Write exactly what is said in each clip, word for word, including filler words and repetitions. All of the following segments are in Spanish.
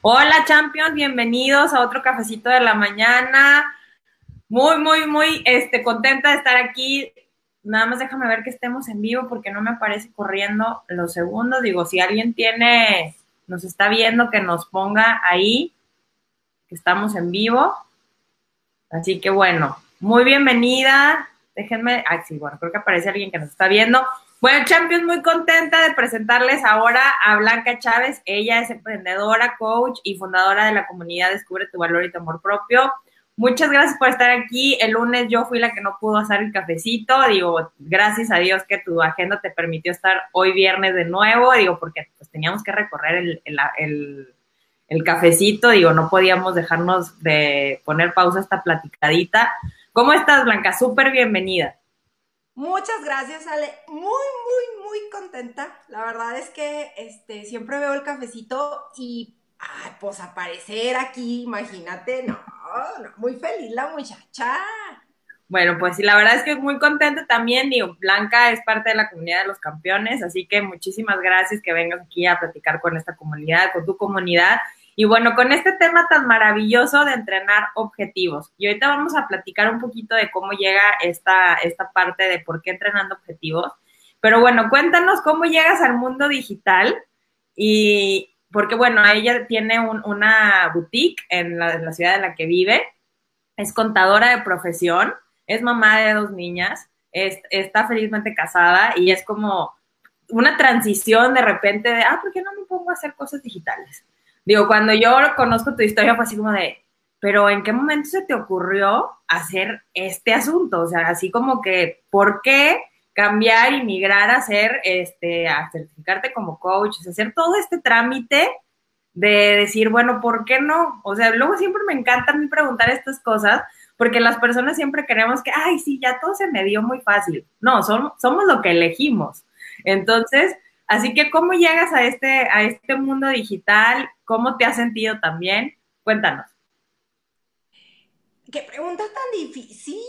Hola Champions, bienvenidos a otro cafecito de la mañana. Muy, muy, muy este, contenta de estar aquí. Nada más déjame ver que estemos en vivo porque no me aparece corriendo los segundos. Digo, si alguien tiene, nos está viendo, que nos ponga ahí que estamos en vivo. Así que bueno, muy bienvenida. Déjenme, ah, sí, bueno, creo que aparece alguien que nos está viendo. Bueno, Champions, muy contenta de presentarles ahora a Blanca Chávez. Ella es emprendedora, coach y fundadora de la comunidad Descubre tu valor y tu amor propio. Muchas gracias por estar aquí. El lunes yo fui la que no pudo hacer el cafecito. Digo, gracias a Dios que tu agenda te permitió estar hoy viernes de nuevo. Digo, porque pues teníamos que recorrer el, el, el el cafecito, digo, no podíamos dejarnos de poner pausa a esta platicadita. ¿Cómo estás, Blanca? Súper bienvenida. Muchas gracias, Ale. Muy, muy, muy contenta. La verdad es que este, siempre veo el cafecito y, ay, pues aparecer aquí, imagínate, no, no, muy feliz la muchacha. Bueno, pues sí, la verdad es que muy contenta también. Digo, Blanca es parte de la comunidad de los campeones, así que muchísimas gracias que vengas aquí a platicar con esta comunidad, con tu comunidad. Y bueno, con este tema tan maravilloso de entrenar objetivos. Y ahorita vamos a platicar un poquito de cómo llega esta, esta parte de por qué entrenando objetivos. Pero bueno, cuéntanos cómo llegas al mundo digital y porque bueno, ella tiene un, una boutique en la, en la ciudad en la que vive, es contadora de profesión, es mamá de dos niñas, es, está felizmente casada y es como una transición de repente de, ah, ¿por qué no me pongo a hacer cosas digitales? Digo, cuando yo conozco tu historia fue así como de, pero ¿en qué momento se te ocurrió hacer este asunto? O sea, así como que, ¿por qué cambiar y migrar a hacer, este, a certificarte como coach, hacer todo este trámite de decir, bueno, ¿por qué no? O sea, luego siempre me encanta a mí preguntar estas cosas, porque las personas siempre queremos que, ay, sí, ya todo se me dio muy fácil. No, somos, somos lo que elegimos. Entonces, así que, ¿cómo llegas a este, a este mundo digital? ¿Cómo te has sentido también? Cuéntanos. ¡Qué pregunta tan difícil!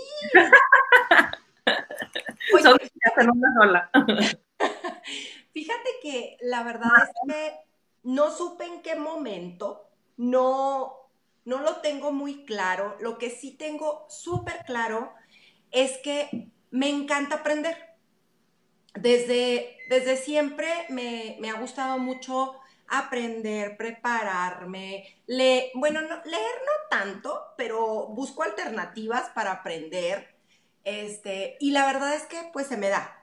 Oye, Son muchas en fíjate, una sola. fíjate que la verdad es que no supe en qué momento, no, no lo tengo muy claro. Lo que sí tengo súper claro es que me encanta aprender. Desde, desde siempre me, me, ha gustado mucho aprender, prepararme, le, bueno, no, leer no tanto, pero busco alternativas para aprender, este, y la verdad es que pues se me da.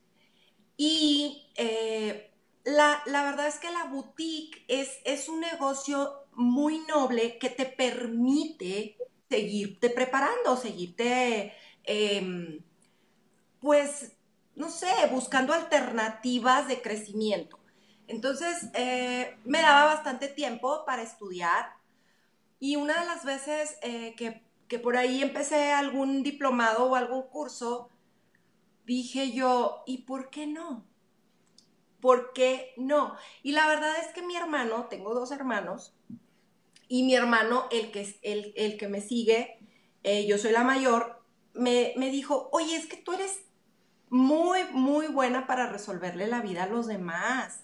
Y eh, la, la, verdad es que la boutique es, es un negocio muy noble que te permite seguirte preparando, seguirte, eh, pues, no sé, buscando alternativas de crecimiento. Entonces, eh, me daba bastante tiempo para estudiar y una de las veces eh, que, que por ahí empecé algún diplomado o algún curso, dije yo, ¿y por qué no? ¿Por qué no? Y la verdad es que mi hermano, tengo dos hermanos, y mi hermano, el que, el, el que me sigue, eh, yo soy la mayor, me, me dijo, oye, es que tú eres muy, muy buena para resolverle la vida a los demás.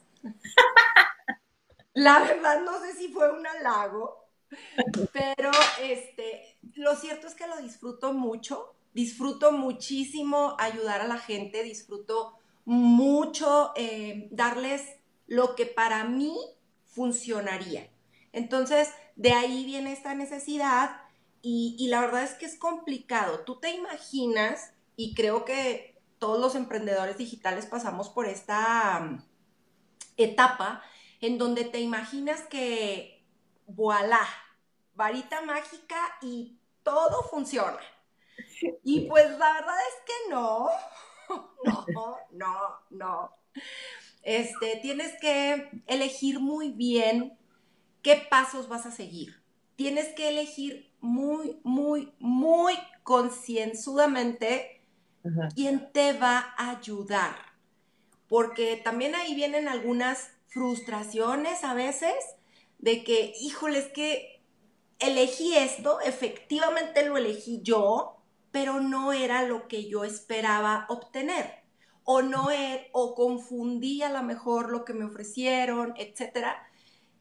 La verdad no sé si fue un halago, pero este, lo cierto es que lo disfruto mucho, disfruto muchísimo ayudar a la gente, disfruto mucho eh, darles lo que para mí funcionaría. Entonces, de ahí viene esta necesidad y, y la verdad es que es complicado. Tú te imaginas, y creo que todos los emprendedores digitales pasamos por esta um, etapa en donde te imaginas que, voilà, varita mágica y todo funciona. Y pues la verdad es que no, no, no, no. Este, tienes que elegir muy bien qué pasos vas a seguir. Tienes que elegir muy, muy, muy concienzudamente Ajá. quién te va a ayudar. Porque también ahí vienen algunas frustraciones a veces de que, híjole, es que elegí esto, efectivamente lo elegí yo, pero no era lo que yo esperaba obtener. O no era, o confundí a lo mejor lo que me ofrecieron, etcétera.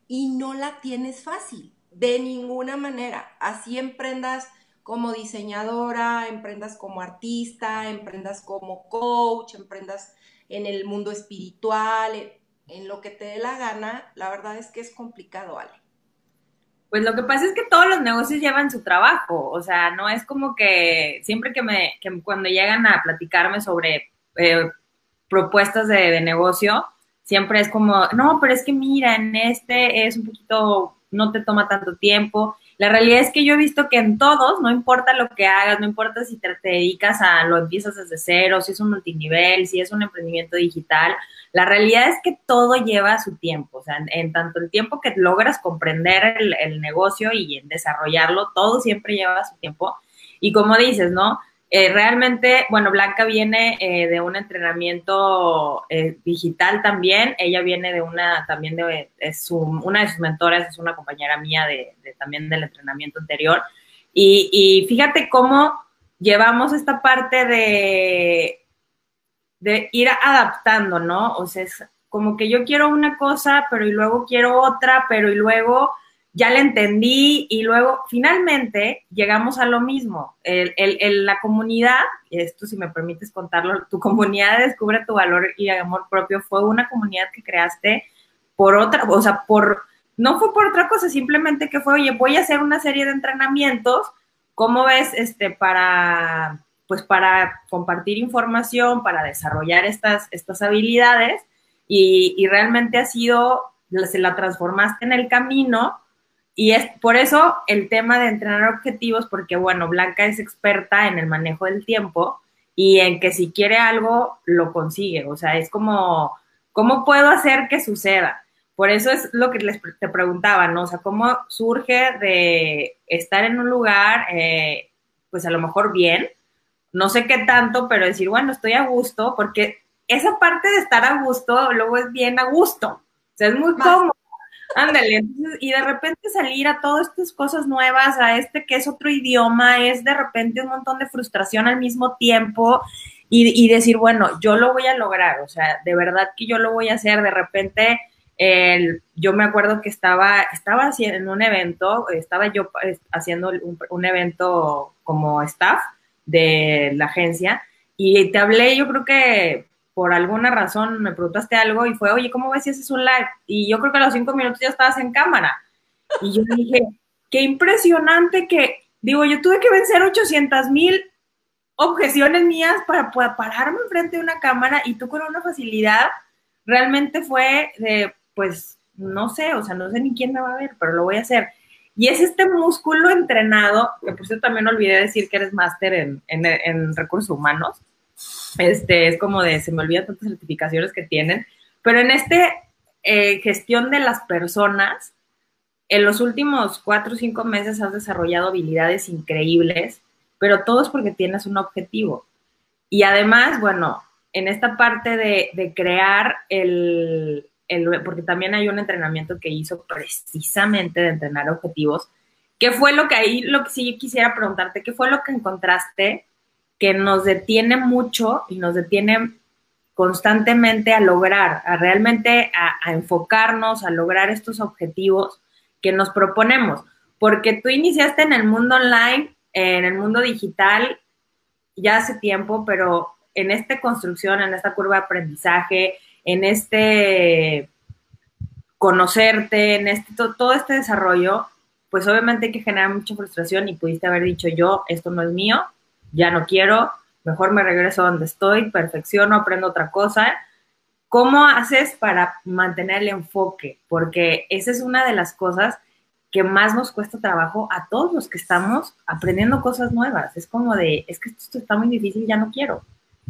y no la tienes fácil, de ninguna manera. Así emprendas como diseñadora, emprendas como artista, emprendas como coach, emprendas en el mundo espiritual, en, en lo que te dé la gana, la verdad es que es complicado, Ale. Pues lo que pasa es que todos los negocios llevan su trabajo, o sea, no es como que siempre que me, que cuando llegan a platicarme sobre eh, propuestas de, de negocio, siempre es como, no, pero es que mira, en este es un poquito, no te toma tanto tiempo. La realidad es que yo he visto que en todos, no importa lo que hagas, no importa si te, te dedicas a, lo empiezas desde cero, si es un multinivel, si es un emprendimiento digital, la realidad es que todo lleva su tiempo, o sea, en, en tanto el tiempo que logras comprender el, el negocio y en desarrollarlo, todo siempre lleva su tiempo. Y como dices, ¿no? Eh, realmente, bueno, Blanca viene eh, de un entrenamiento eh, digital también. Ella viene de una, también de, es su, una de sus mentoras es una compañera mía de, de también del entrenamiento anterior. Y, y fíjate cómo llevamos esta parte de, de ir adaptando, ¿no? O sea, es como que yo quiero una cosa, pero y luego quiero otra, pero y luego ya la entendí y luego finalmente llegamos a lo mismo. El, el, el, la comunidad, esto si me permites contarlo, tu comunidad Descubre tu Valor y Amor Propio fue una comunidad que creaste por otra, o sea, por, no fue por otra cosa, simplemente que fue, oye, voy a hacer una serie de entrenamientos, ¿cómo ves? Este, para, pues para compartir información, para desarrollar estas, estas habilidades y, y realmente ha sido, se la transformaste en el camino. Y es por eso el tema de entrenar objetivos, porque bueno, Blanca es experta en el manejo del tiempo y en que si quiere algo, lo consigue. O sea, es como, ¿cómo puedo hacer que suceda? Por eso es lo que les te preguntaba, ¿no? O sea, ¿cómo surge de estar en un lugar, eh, pues a lo mejor bien, no sé qué tanto, pero decir, bueno, estoy a gusto, porque esa parte de estar a gusto luego es bien a gusto. O sea, es muy Más. cómodo. Ándale, entonces, y de repente salir a todas estas cosas nuevas, a este que es otro idioma, es de repente un montón de frustración al mismo tiempo y, y decir, bueno, yo lo voy a lograr, o sea, de verdad que yo lo voy a hacer, de repente, el, yo me acuerdo que estaba, estaba haciendo en un evento, estaba yo haciendo un, un evento como staff de la agencia y te hablé, yo creo que por alguna razón me preguntaste algo y fue, oye, ¿cómo ves si haces un live? Y yo creo que a los cinco minutos ya estabas en cámara. Y yo dije, qué impresionante que, digo, yo tuve que vencer ochocientas mil objeciones mías para, para pararme enfrente de una cámara y tú con una facilidad, realmente fue de, pues, no sé, o sea, no sé ni quién me va a ver, pero lo voy a hacer. Y es este músculo entrenado, que por cierto también olvidé decir que eres máster en, en, en recursos humanos, este, es como de, se me olvidan tantas certificaciones que tienen, pero en este eh, gestión de las personas, en los últimos cuatro o cinco meses has desarrollado habilidades increíbles, pero todo es porque tienes un objetivo. Y además, bueno, en esta parte de, de crear el, el, porque también hay un entrenamiento que hizo precisamente de entrenar objetivos, ¿qué fue lo que ahí, lo que sí quisiera preguntarte, qué fue lo que encontraste que nos detiene mucho y nos detiene constantemente a lograr, a realmente a, a enfocarnos, a lograr estos objetivos que nos proponemos? Porque tú iniciaste en el mundo online, en el mundo digital, ya hace tiempo, pero en esta construcción, en esta curva de aprendizaje, en este conocerte, en este, todo, todo este desarrollo, pues obviamente hay que generar mucha frustración y pudiste haber dicho yo, esto no es mío, ya no quiero, mejor me regreso a donde estoy, perfecciono, aprendo otra cosa. ¿Cómo haces para mantener el enfoque? Porque esa es una de las cosas que más nos cuesta trabajo a todos los que estamos aprendiendo cosas nuevas. Es como de, es que esto está muy difícil, ya no quiero.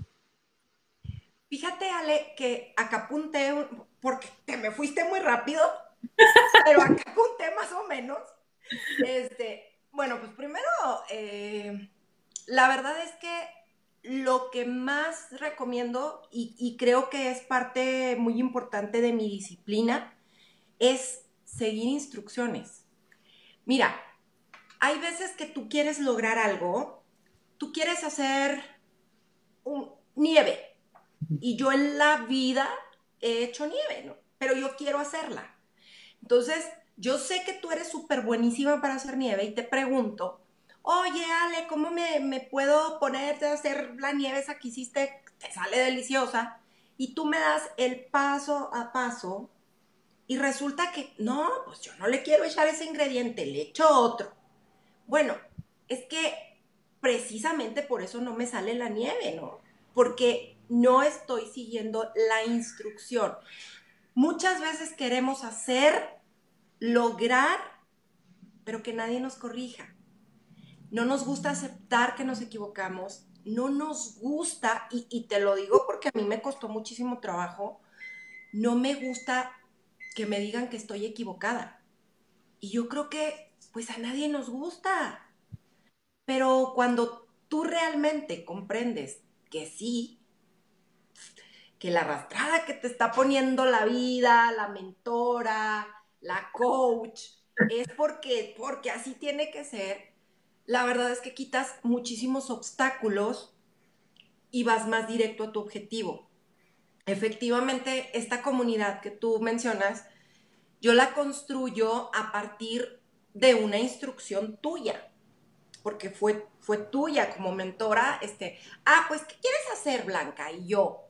Fíjate, Ale, que acá apunté, un- porque te me fuiste muy rápido, pero acá apunté más o menos. Este, bueno, pues primero, eh, la verdad es que lo que más recomiendo y, y creo que es parte muy importante de mi disciplina es seguir instrucciones. Mira, hay veces que tú quieres lograr algo, tú quieres hacer un, nieve y yo en la vida he hecho nieve, ¿no? Pero yo quiero hacerla. Entonces, yo sé que tú eres súper buenísima para hacer nieve y te pregunto, oye, Ale, ¿cómo me, me puedo ponerte a hacer la nieve esa que hiciste? Te sale deliciosa. Y tú me das el paso a paso y resulta que, no, pues yo no le quiero echar ese ingrediente, le echo otro. Bueno, es que precisamente por eso no me sale la nieve, ¿no? Porque no estoy siguiendo la instrucción. Muchas veces queremos hacer, lograr, pero que nadie nos corrija. No nos gusta aceptar que nos equivocamos, no nos gusta, y, y te lo digo porque a mí me costó muchísimo trabajo, no me gusta que me digan que estoy equivocada. Y yo creo que pues a nadie nos gusta. Pero cuando tú realmente comprendes que sí, que la arrastrada que te está poniendo la vida, la mentora, la coach, es porque, porque así tiene que ser, la verdad es que quitas muchísimos obstáculos y vas más directo a tu objetivo. Efectivamente, esta comunidad que tú mencionas, yo la construyo a partir de una instrucción tuya, porque fue, fue tuya como mentora, este, ah, pues, ¿qué quieres hacer, Blanca? Y yo,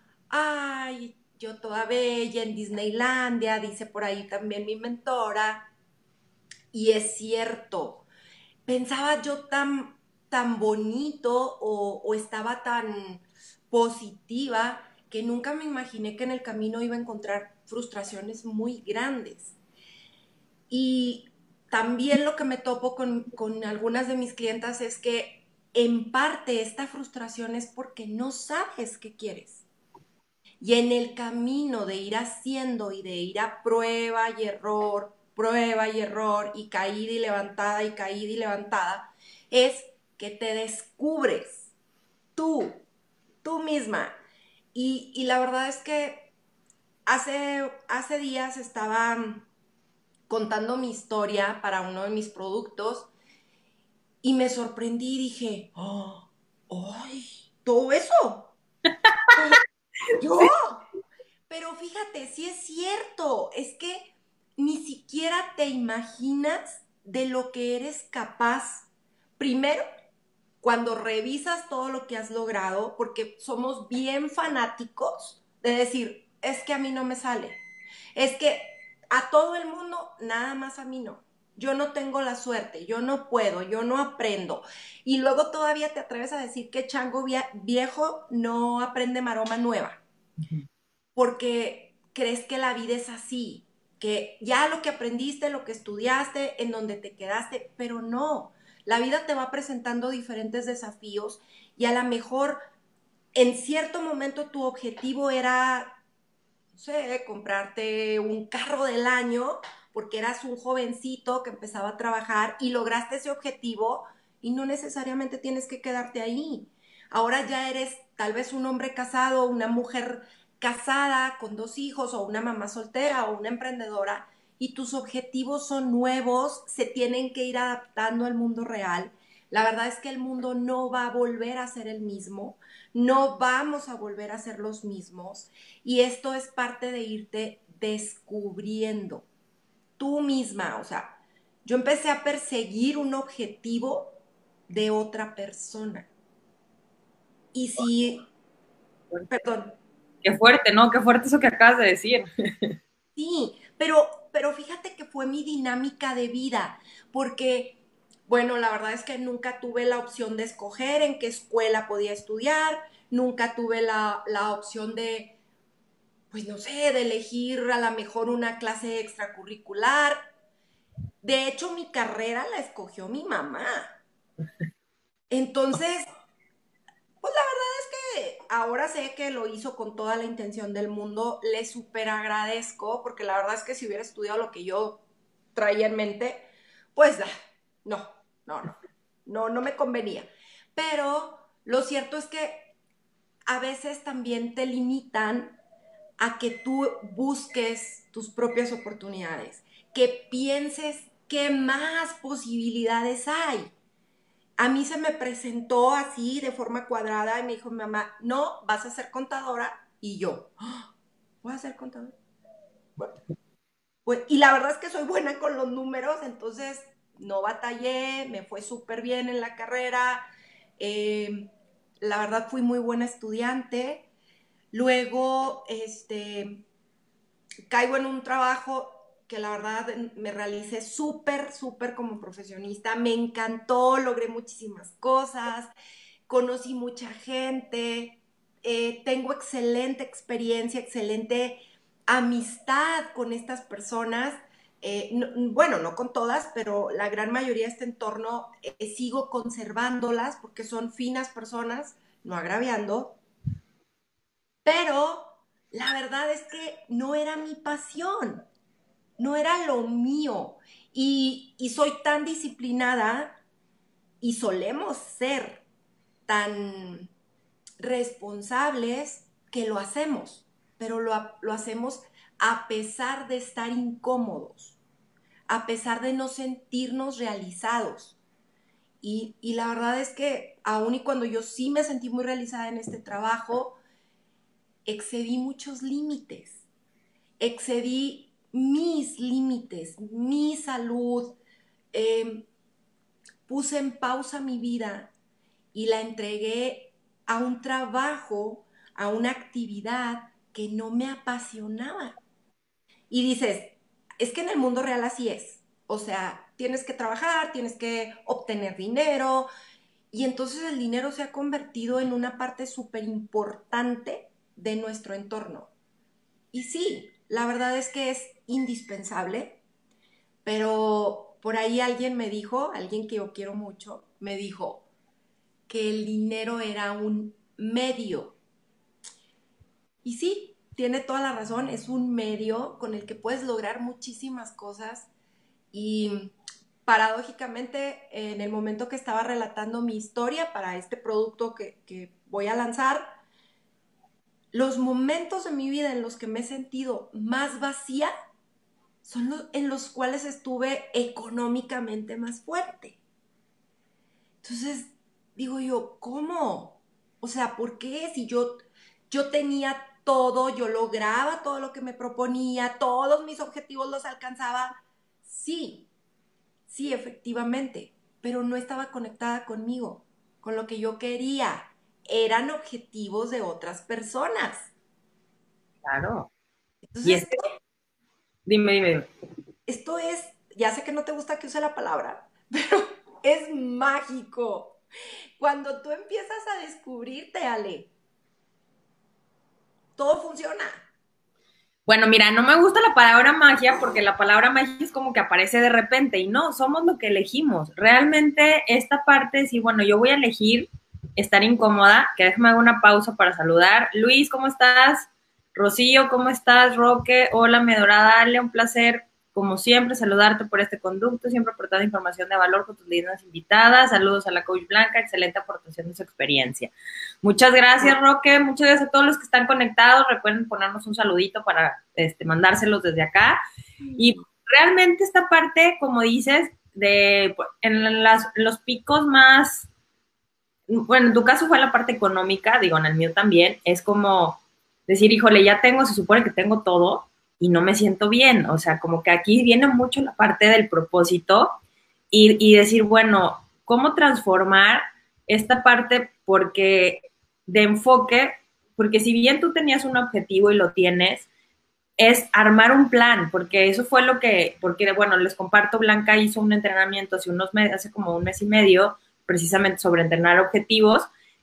ay, yo toda bella en Disneylandia, dice por ahí también mi mentora, y es cierto, pensaba yo tan, tan bonito o, o estaba tan positiva que nunca me imaginé que en el camino iba a encontrar frustraciones muy grandes. Y también lo que me topo con, con algunas de mis clientas es que en parte esta frustración es porque no sabes qué quieres. Y en el camino de ir haciendo y de ir a prueba y error, prueba y error, y caída y levantada y caída y levantada, es que te descubres tú, tú misma. Y, y la verdad es que hace, hace días estaba contando mi historia para uno de mis productos y me sorprendí y dije, oh, ¡ay! ¿Todo eso? ¿Yo? Pero fíjate, sí es cierto, es que ni siquiera te imaginas de lo que eres capaz. Primero, cuando revisas todo lo que has logrado, porque somos bien fanáticos de decir, es que a mí no me sale, es que a todo el mundo, nada más a mí no. Yo no tengo la suerte, yo no puedo, yo no aprendo. Y luego todavía te atreves a decir que chango viejo no aprende maroma nueva, porque crees que la vida es así, que ya lo que aprendiste, lo que estudiaste, en donde te quedaste, pero no. La vida te va presentando diferentes desafíos y a lo mejor en cierto momento tu objetivo era, no sé, comprarte un carro del año porque eras un jovencito que empezaba a trabajar y lograste ese objetivo y no necesariamente tienes que quedarte ahí. Ahora ya eres tal vez un hombre casado, una mujer casada con dos hijos o una mamá soltera o una emprendedora y tus objetivos son nuevos, se tienen que ir adaptando al mundo real. La verdad es que el mundo no va a volver a ser el mismo, no vamos a volver a ser los mismos y esto es parte de irte descubriendo tú misma. O sea, yo empecé a perseguir un objetivo de otra persona. Y si, perdón, Qué fuerte, ¿no? Qué fuerte eso que acabas de decir. sí, pero, pero fíjate que fue mi dinámica de vida, porque, bueno, la verdad es que nunca tuve la opción de escoger en qué escuela podía estudiar, nunca tuve la, la opción de, pues no sé, de elegir a lo mejor una clase extracurricular. De hecho, mi carrera la escogió mi mamá. Entonces, pues la verdad es que ahora sé que lo hizo con toda la intención del mundo. Le súper agradezco, porque la verdad es que si hubiera estudiado lo que yo traía en mente, pues no, no, no, no, no me convenía. Pero lo cierto es que a veces también te limitan a que tú busques tus propias oportunidades, que pienses qué más posibilidades hay. A mí se me presentó así de forma cuadrada y me dijo mi mamá, no, vas a ser contadora. Y yo, "Ah, ¿voy a ser contadora? Bueno, Pues, y la verdad es que soy buena con los números, entonces no batallé, me fue súper bien en la carrera. Eh, la verdad fui muy buena estudiante. Luego, este, caigo en un trabajo que la verdad me realicé súper, súper como profesionista. Me encantó, logré muchísimas cosas, conocí mucha gente, eh, tengo excelente experiencia, excelente amistad con estas personas. Eh, no, bueno, no con todas, pero la gran mayoría de este entorno eh, sigo conservándolas porque son finas personas, no agraviando, pero la verdad es que no era mi pasión, no era lo mío. Y, y soy tan disciplinada y solemos ser tan responsables que lo hacemos, pero lo, lo hacemos a pesar de estar incómodos, a pesar de no sentirnos realizados. Y, y la verdad es que aun y cuando yo sí me sentí muy realizada en este trabajo, excedí muchos límites, excedí mis límites, mi salud, eh, puse en pausa mi vida y la entregué a un trabajo, a una actividad que no me apasionaba. Y dices, es que en el mundo real así es. O sea, tienes que trabajar, tienes que obtener dinero, y entonces el dinero se ha convertido en una parte súper importante de nuestro entorno. Y sí, la verdad es que es indispensable, pero por ahí alguien me dijo, alguien que yo quiero mucho, me dijo que el dinero era un medio. Y sí, tiene toda la razón, es un medio con el que puedes lograr muchísimas cosas. Y paradójicamente, en el momento que estaba relatando mi historia para este producto que, que voy a lanzar, los momentos de mi vida en los que me he sentido más vacía son los en los cuales estuve económicamente más fuerte. Entonces, digo yo, ¿cómo? O sea, ¿por qué? Si yo, yo tenía todo, yo lograba todo lo que me proponía, todos mis objetivos los alcanzaba. Sí, sí, efectivamente, pero no estaba conectada conmigo, con lo que yo quería. Eran objetivos de otras personas. Claro. Y es Entonces, que, dime, dime, dime. esto es, ya sé que no te gusta que use la palabra, pero es mágico. Cuando tú empiezas a descubrirte, Ale, todo funciona. Bueno, mira, no me gusta la palabra magia porque la palabra magia es como que aparece de repente y no, somos lo que elegimos. Realmente esta parte, sí, bueno, yo voy a elegir estar incómoda, que déjame hacer una pausa para saludar. Luis, ¿cómo estás? Rocío, ¿cómo estás? Roque, hola, Medorada, dale un placer, como siempre, saludarte por este conducto, siempre aportando información de valor con tus lindas invitadas. Saludos a la coach Blanca, excelente aportación de su experiencia. Muchas gracias, Roque. Muchas gracias a todos los que están conectados. Recuerden ponernos un saludito para este, mandárselos desde acá. Y realmente esta parte, como dices, de en las, los picos más, bueno, en tu caso fue la parte económica, digo, en el mío también, es como decir, híjole, ya tengo, se supone que tengo todo y no me siento bien. O sea, como que aquí viene mucho la parte del propósito y, y decir, bueno, ¿cómo transformar esta parte? Porque de enfoque, porque si bien tú tenías un objetivo y lo tienes, es armar un plan, porque eso fue lo que, porque bueno, les comparto, Blanca hizo un entrenamiento hace unos meses, hace como un mes y medio, precisamente sobre entrenar objetivos,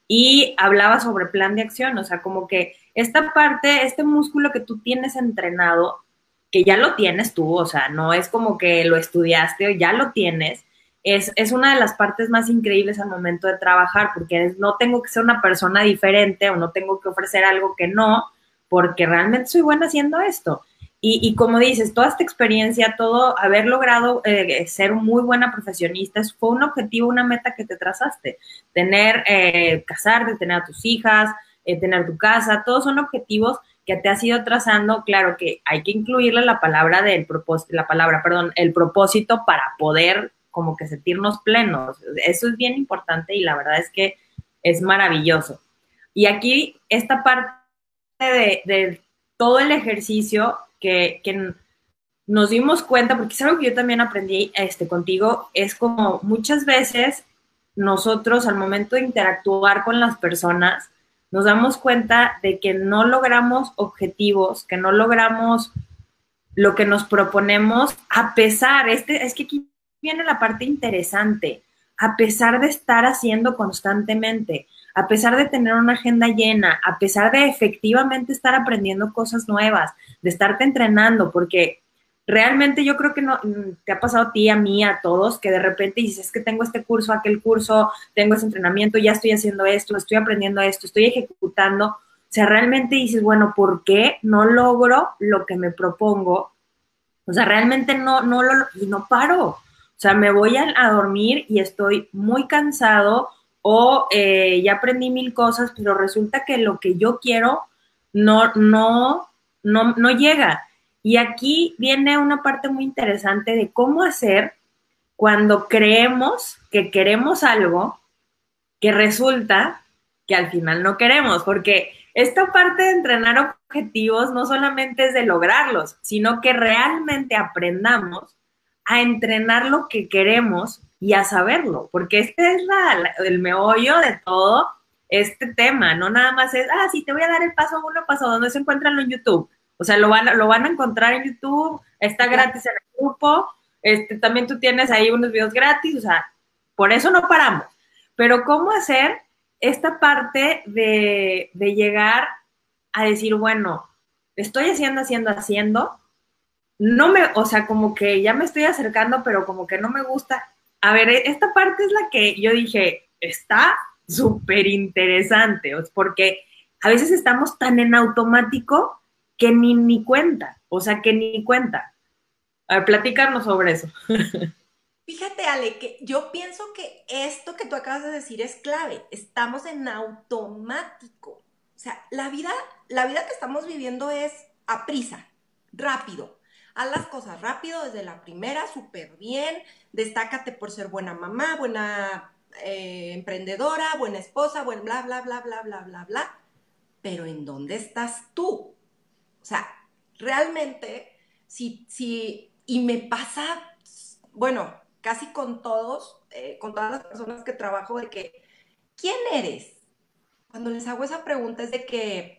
y hablaba sobre plan de acción, o sea, como que esta parte, este músculo que tú tienes entrenado, que ya lo tienes tú, o sea, no es como que lo estudiaste o ya lo tienes, es, es una de las partes más increíbles al momento de trabajar, porque es, no tengo que ser una persona diferente o no tengo que ofrecer algo que no, porque realmente soy buena haciendo esto. Y, y como dices, toda esta experiencia, todo haber logrado eh, ser muy buena profesionista, fue un objetivo, una meta que te trazaste. Tener, eh, casarte, tener a tus hijas, eh, tener tu casa, todos son objetivos que te has ido trazando. Claro que hay que incluirle la palabra del propósito, la palabra, perdón, el propósito para poder como que sentirnos plenos. Eso es bien importante y la verdad es que es maravilloso. Y aquí esta parte de, de todo el ejercicio que, que nos dimos cuenta, porque es algo que yo también aprendí este, contigo, es como muchas veces nosotros al momento de interactuar con las personas, nos damos cuenta de que no logramos objetivos, que no logramos lo que nos proponemos, a pesar, este, es que aquí viene la parte interesante, a pesar de estar haciendo constantemente, a pesar de tener una agenda llena, a pesar de efectivamente estar aprendiendo cosas nuevas, de estarte entrenando, porque realmente yo creo que no te ha pasado a ti, a mí, a todos, que de repente dices, es que tengo este curso, aquel curso, tengo ese entrenamiento, ya estoy haciendo esto, estoy aprendiendo esto, estoy ejecutando. O sea, realmente dices, bueno, ¿por qué no logro lo que me propongo? O sea, realmente no, no lo, y no paro. O sea, me voy a, a dormir y estoy muy cansado o eh, ya aprendí mil cosas, pero resulta que lo que yo quiero no, no, no, no llega. Y aquí viene una parte muy interesante de cómo hacer cuando creemos que queremos algo que resulta que al final no queremos, porque esta parte de entrenar objetivos no solamente es de lograrlos, sino que realmente aprendamos a entrenar lo que queremos y a saberlo, porque este es la, la, el meollo de todo este tema, no nada más es, ah, sí, te voy a dar el paso uno, paso dos, no se encuentran en YouTube, o sea, lo van, lo van a encontrar en YouTube, está gratis en el grupo, este, también tú tienes ahí unos videos gratis, o sea, por eso no paramos. Pero ¿cómo hacer esta parte de, de llegar a decir, bueno, estoy haciendo, haciendo, haciendo, no me, o sea, como que ya me estoy acercando, pero como que no me gusta. A ver, esta parte es la que yo dije, está súper interesante, porque a veces estamos tan en automático que ni, ni cuenta, o sea, que ni cuenta. A ver, platícanos sobre eso. Fíjate, Ale, que yo pienso que esto que tú acabas de decir es clave. Estamos en automático. O sea, la vida, la vida que estamos viviendo es a prisa, rápido. Haz las cosas rápido desde la primera, súper bien. Destácate por ser buena mamá, buena eh, emprendedora, buena esposa, buen bla, bla, bla, bla, bla, bla, bla. Pero ¿en dónde estás tú? O sea, realmente, si, si, y me pasa, bueno, casi con todos, eh, con todas las personas que trabajo, de que, ¿quién eres? Cuando les hago esa pregunta es de que,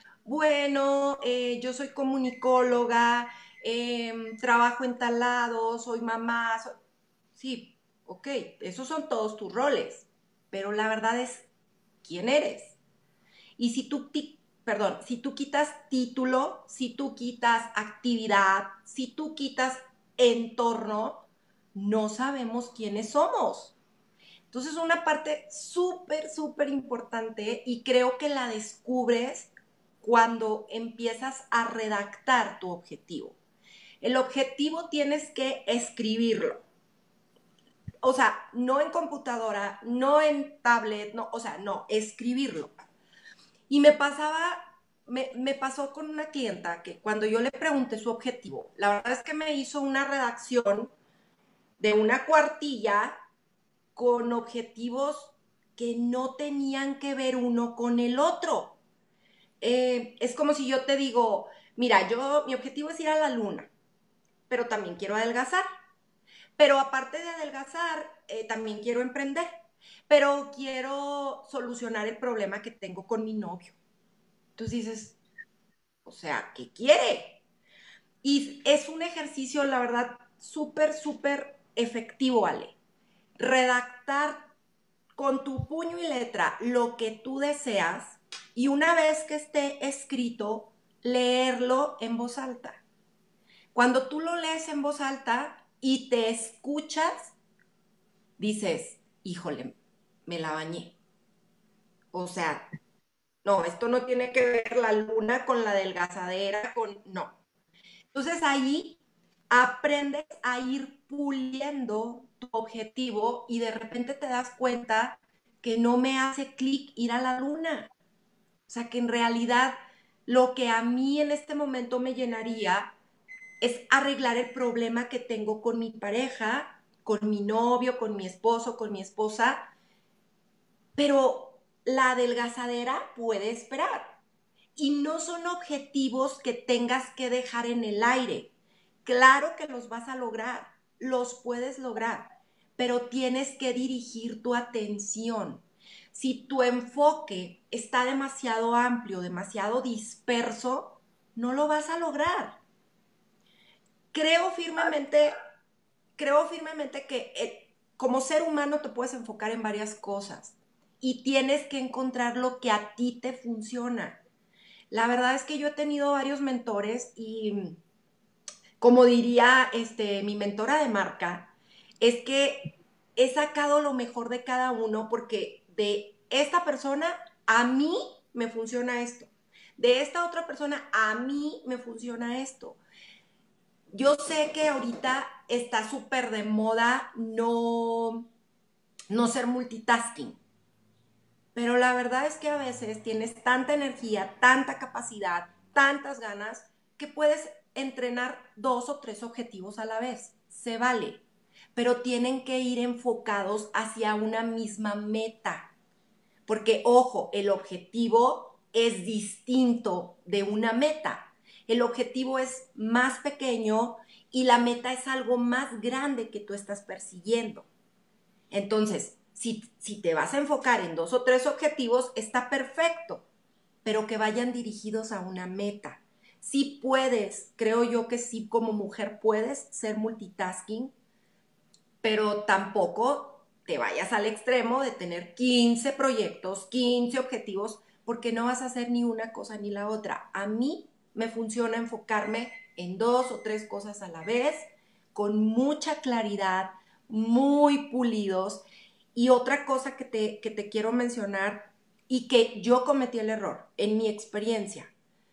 bueno, eh, yo soy comunicóloga, eh, trabajo en tal lado, soy mamá, soy... sí, ok, esos son todos tus roles, pero la verdad es, ¿quién eres? Y si tú, perdón, si tú quitas título, si tú quitas actividad, si tú quitas entorno, no sabemos quiénes somos. Entonces, una parte súper, súper importante y creo que la descubres cuando empiezas a redactar tu objetivo. El objetivo tienes que escribirlo. O sea, no en computadora, no en tablet, no, o sea, no, escribirlo. Y me pasaba, me, me pasó con una clienta que cuando yo le pregunté su objetivo, la verdad es que me hizo una redacción de una cuartilla con objetivos que no tenían que ver uno con el otro. Eh, es como si yo te digo, mira, yo, mi objetivo es ir a la luna, pero también quiero adelgazar. Pero aparte de adelgazar, eh, también quiero emprender, pero quiero solucionar el problema que tengo con mi novio. Entonces dices, o sea, ¿qué quiere? Y es un ejercicio, la verdad, súper, súper efectivo, Ale. Redactar con tu puño y letra lo que tú deseas y una vez que esté escrito, leerlo en voz alta. Cuando tú lo lees en voz alta y te escuchas, dices, híjole, me la bañé. O sea, no, esto no tiene que ver la luna con la adelgazadera, con... No. Entonces ahí aprendes a ir puliendo tu objetivo y de repente te das cuenta que no me hace clic ir a la luna. O sea, que en realidad lo que a mí en este momento me llenaría es arreglar el problema que tengo con mi pareja, con mi novio, con mi esposo, con mi esposa, pero la adelgazadera puede esperar. Y no son objetivos que tengas que dejar en el aire. Claro que los vas a lograr, los puedes lograr, pero tienes que dirigir tu atención. Si tu enfoque está demasiado amplio, demasiado disperso, no lo vas a lograr. Creo firmemente, creo firmemente que eh, como ser humano te puedes enfocar en varias cosas y tienes que encontrar lo que a ti te funciona. La verdad es que yo he tenido varios mentores y, como diría este, mi mentora de marca, es que he sacado lo mejor de cada uno porque de esta persona a mí me funciona esto. De esta otra persona a mí me funciona esto. Yo sé que ahorita está súper de moda no, no ser multitasking, pero la verdad es que a veces tienes tanta energía, tanta capacidad, tantas ganas, que puedes entrenar dos o tres objetivos a la vez. Se vale, pero tienen que ir enfocados hacia una misma meta. Porque, ojo, el objetivo es distinto de una meta. El objetivo es más pequeño y la meta es algo más grande que tú estás persiguiendo. Entonces, si, si te vas a enfocar en dos o tres objetivos, está perfecto, pero que vayan dirigidos a una meta. Sí puedes, creo yo que sí, como mujer puedes ser multitasking, pero tampoco te vayas al extremo de tener quince proyectos, quince objetivos, porque no vas a hacer ni una cosa ni la otra. A mí me funciona enfocarme en dos o tres cosas a la vez, con mucha claridad, muy pulidos. Y otra cosa que te, que te quiero mencionar y que yo cometí el error en mi experiencia.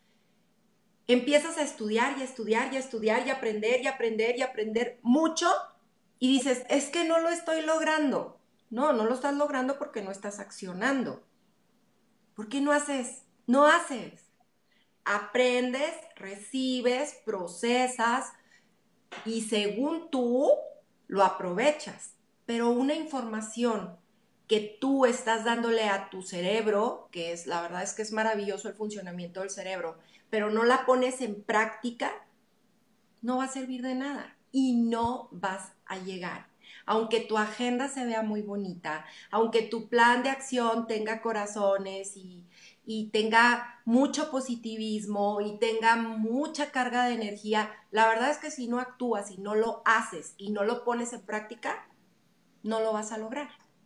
Empiezas a estudiar y a estudiar y a estudiar y a aprender y a aprender y a aprender mucho y dices, es que no lo estoy logrando. No, no lo estás logrando porque no estás accionando. ¿Por qué no haces? No haces. Aprendes, recibes, procesas y según tú lo aprovechas. Pero una información que tú estás dándole a tu cerebro, que es, la verdad es que es maravilloso el funcionamiento del cerebro, pero no la pones en práctica, no va a servir de nada y no vas a llegar. Aunque tu agenda se vea muy bonita, aunque tu plan de acción tenga corazones y, y tenga mucho positivismo y tenga mucha carga de energía, la verdad es que si no actúas y no lo haces y no lo pones en práctica, no lo vas a lograr.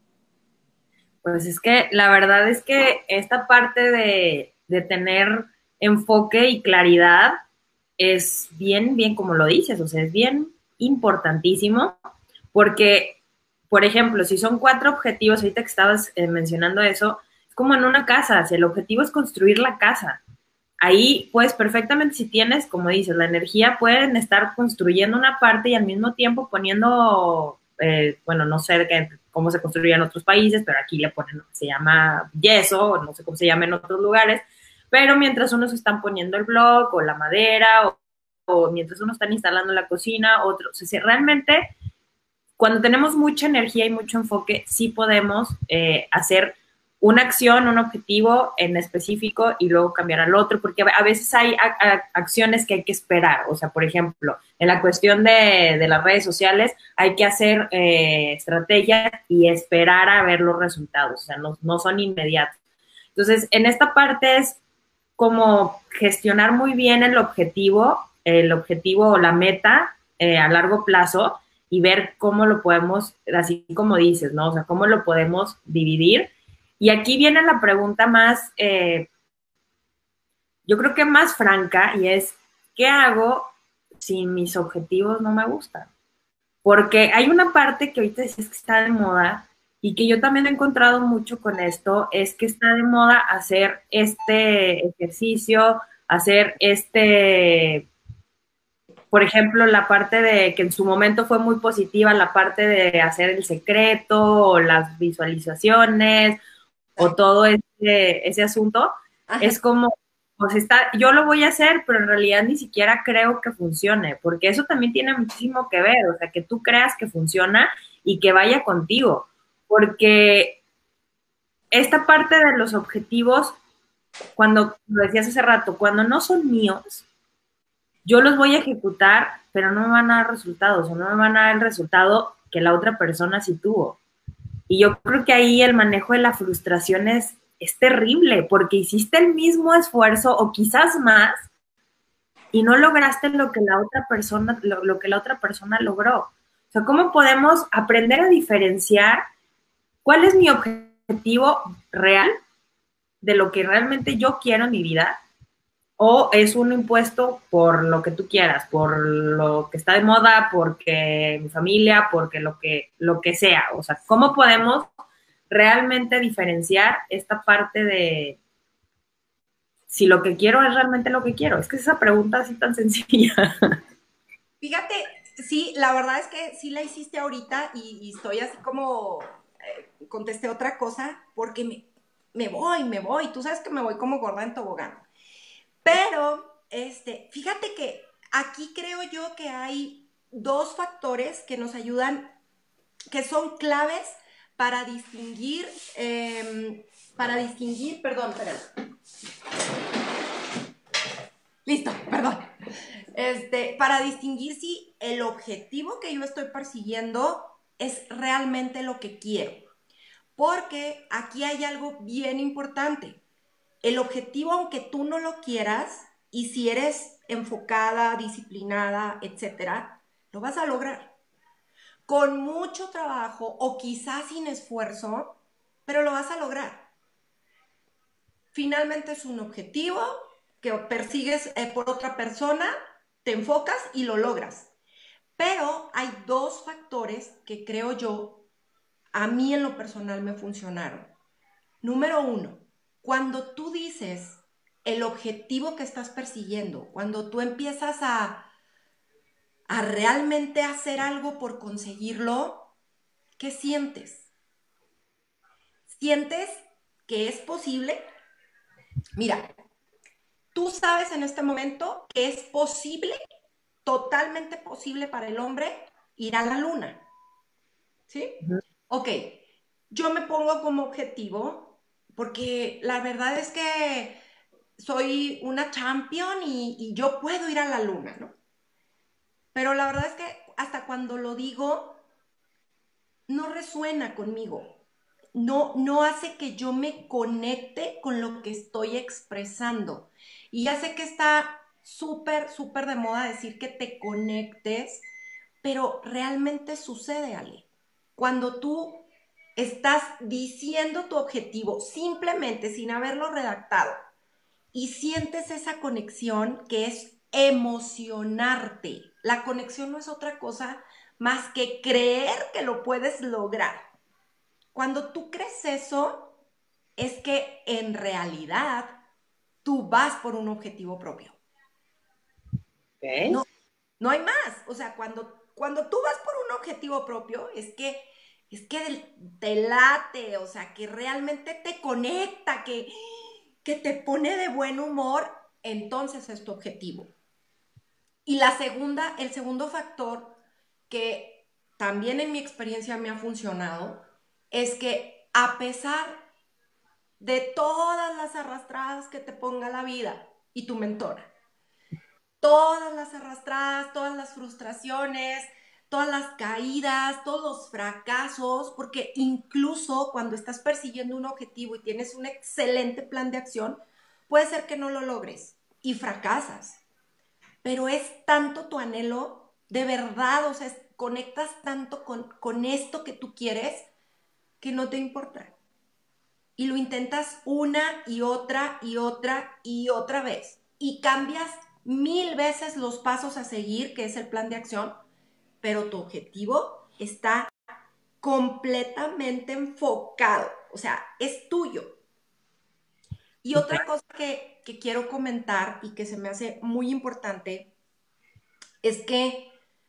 Pues es que la verdad es que esta parte de, de tener enfoque y claridad es bien, bien como lo dices, o sea, es bien importantísimo porque, por ejemplo, si son cuatro objetivos, ahorita que estabas eh, mencionando eso, es como en una casa, si el objetivo es construir la casa, ahí pues perfectamente si tienes, como dices, la energía, pueden estar construyendo una parte y al mismo tiempo poniendo, eh, bueno, no sé qué, cómo se construye en otros países, pero aquí le ponen lo que se llama yeso, no sé cómo se llama en otros lugares, pero mientras unos están poniendo el block o la madera o, o mientras unos están instalando la cocina, otros, o sea, si realmente cuando tenemos mucha energía y mucho enfoque, sí podemos eh, hacer una acción, un objetivo en específico y luego cambiar al otro, porque a veces hay a, a, acciones que hay que esperar. O sea, por ejemplo, en la cuestión de, de las redes sociales hay que hacer eh, estrategias y esperar a ver los resultados, o sea, no, no son inmediatos. Entonces, en esta parte es como gestionar muy bien el objetivo, el objetivo o la meta eh, a largo plazo y ver cómo lo podemos, así como dices, ¿no? O sea, cómo lo podemos dividir. Y aquí viene la pregunta más, eh, yo creo que más franca, y es, ¿qué hago si mis objetivos no me gustan? Porque hay una parte que ahorita dices que está de moda y que yo también he encontrado mucho con esto, es que está de moda hacer este ejercicio, hacer este, por ejemplo, la parte de que en su momento fue muy positiva, la parte de hacer el secreto o las visualizaciones o todo ese, ese asunto, Ajá. es como, pues está, yo lo voy a hacer, pero en realidad ni siquiera creo que funcione, porque eso también tiene muchísimo que ver, o sea, que tú creas que funciona y que vaya contigo, porque esta parte de los objetivos, cuando lo decías hace rato, cuando no son míos, yo los voy a ejecutar, pero no me van a dar resultados, o no me van a dar el resultado que la otra persona sí tuvo. Y yo creo que ahí el manejo de la frustración es, es terrible, porque hiciste el mismo esfuerzo o quizás más y no lograste lo que la otra persona, lo, lo que la otra persona logró. O sea, ¿cómo podemos aprender a diferenciar cuál es mi objetivo real de lo que realmente yo quiero en mi vida? O es un impuesto por lo que tú quieras, por lo que está de moda, porque mi familia, porque lo que, lo que sea. O sea, ¿cómo podemos realmente diferenciar esta parte de si lo que quiero es realmente lo que quiero? Es que es esa pregunta así tan sencilla. Fíjate, sí, la verdad es que sí la hiciste ahorita y, y estoy así como, eh, contesté otra cosa porque me, me voy, me voy. Tú sabes que me voy como gorda en tobogán. Pero, este, fíjate que aquí creo yo que hay dos factores que nos ayudan, que son claves para distinguir, eh, para distinguir, perdón, perdón. Listo, perdón. Este, para distinguir si el objetivo que yo estoy persiguiendo es realmente lo que quiero. Porque aquí hay algo bien importante. El objetivo, aunque tú no lo quieras, y si eres enfocada, disciplinada, etcétera, lo vas a lograr. Con mucho trabajo o quizás sin esfuerzo, pero lo vas a lograr. Finalmente es un objetivo que persigues eh, por otra persona, te enfocas y lo logras. Pero hay dos factores que creo yo, a mí en lo personal me funcionaron. Número uno, cuando tú dices el objetivo que estás persiguiendo, cuando tú empiezas a, a realmente hacer algo por conseguirlo, ¿qué sientes? ¿Sientes que es posible? Mira, tú sabes en este momento que es posible, totalmente posible para el hombre ir a la luna, ¿sí? Ok, yo me pongo como objetivo porque la verdad es que soy una champion y, y yo puedo ir a la luna, ¿no? Pero la verdad es que hasta cuando lo digo, no resuena conmigo. No, no hace que yo me conecte con lo que estoy expresando. Y ya sé que está súper, súper de moda decir que te conectes, pero realmente sucede, Ale. Cuando tú estás diciendo tu objetivo simplemente sin haberlo redactado y sientes esa conexión que es emocionarte. La conexión no es otra cosa más que creer que lo puedes lograr. Cuando tú crees eso, es que en realidad tú vas por un objetivo propio. Okay. No, no hay más. O sea, cuando, cuando tú vas por un objetivo propio, es que, es que te late, o sea, que realmente te conecta, que, que te pone de buen humor, entonces es tu objetivo. Y la segunda, el segundo factor que también en mi experiencia me ha funcionado, es que a pesar de todas las arrastradas que te ponga la vida y tu mentora, todas las arrastradas, todas las frustraciones, todas las caídas, todos los fracasos, porque incluso cuando estás persiguiendo un objetivo y tienes un excelente plan de acción, puede ser que no lo logres y fracasas, pero es tanto tu anhelo, de verdad, o sea, es, conectas tanto con, con esto que tú quieres que no te importa. Y lo intentas una y otra y otra y otra vez. Y cambias mil veces los pasos a seguir, que es el plan de acción, pero tu objetivo está completamente enfocado. O sea, es tuyo. Y Okay. otra cosa que, que quiero comentar y que se me hace muy importante es que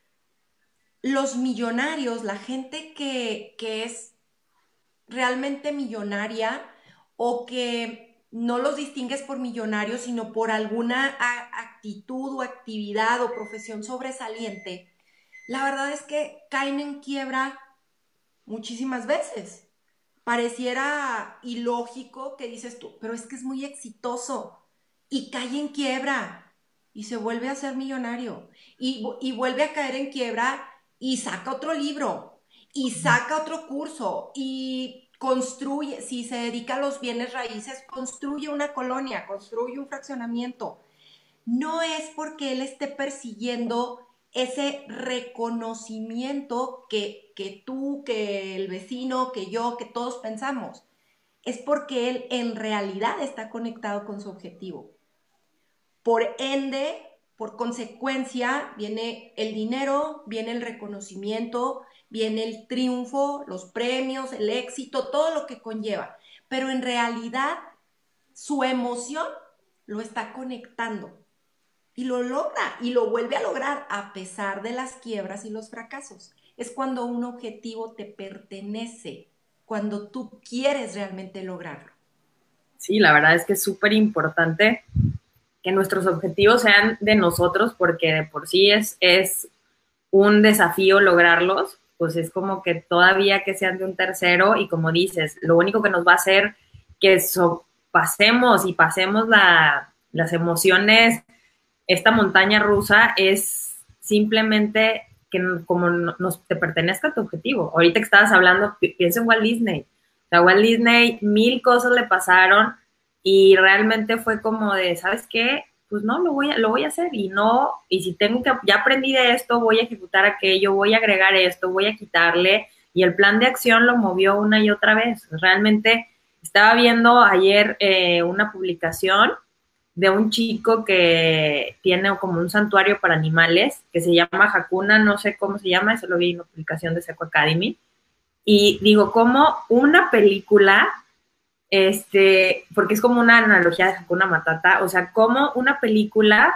los millonarios, la gente que, que es realmente millonaria o que no los distingues por millonarios, sino por alguna actitud o actividad o profesión sobresaliente, la verdad es que caen en quiebra muchísimas veces. Pareciera ilógico que dices tú, pero es que es muy exitoso y cae en quiebra. y se vuelve a ser millonario y, y vuelve a caer en quiebra y saca otro libro y saca otro curso y construye, si se dedica a los bienes raíces, construye una colonia, construye un fraccionamiento. No es porque él esté persiguiendo ese reconocimiento que, que tú, que el vecino, que yo, que todos pensamos. Es porque él en realidad está conectado con su objetivo. Por ende, por consecuencia, viene el dinero, viene el reconocimiento, viene el triunfo, los premios, el éxito, todo lo que conlleva. Pero en realidad, su emoción lo está conectando. Y lo logra, y lo vuelve a lograr a pesar de las quiebras y los fracasos. Es cuando un objetivo te pertenece, cuando tú quieres realmente lograrlo. Sí, la verdad es que es súper importante que nuestros objetivos sean de nosotros, porque de por sí es, es un desafío lograrlos, pues es como que todavía que sean de un tercero y como dices, lo único que nos va a hacer que so, pasemos y pasemos la, las emociones, esta montaña rusa, es simplemente que como nos te pertenezca tu objetivo. Ahorita que estabas hablando, pienso en Walt Disney. O sea, Walt Disney, mil cosas le pasaron y realmente fue como de, ¿sabes qué? Pues no, lo voy a, lo voy a hacer y no, y si tengo que, ya aprendí de esto, voy a ejecutar aquello, voy a agregar esto, voy a quitarle, y el plan de acción lo movió una y otra vez. Realmente estaba viendo ayer eh, una publicación de un chico que tiene como un santuario para animales, que se llama Hakuna, no sé cómo se llama, eso lo vi en una publicación de Seco Academy, y digo, como una película, este, porque es como una analogía de Hakuna Matata, o sea, como una película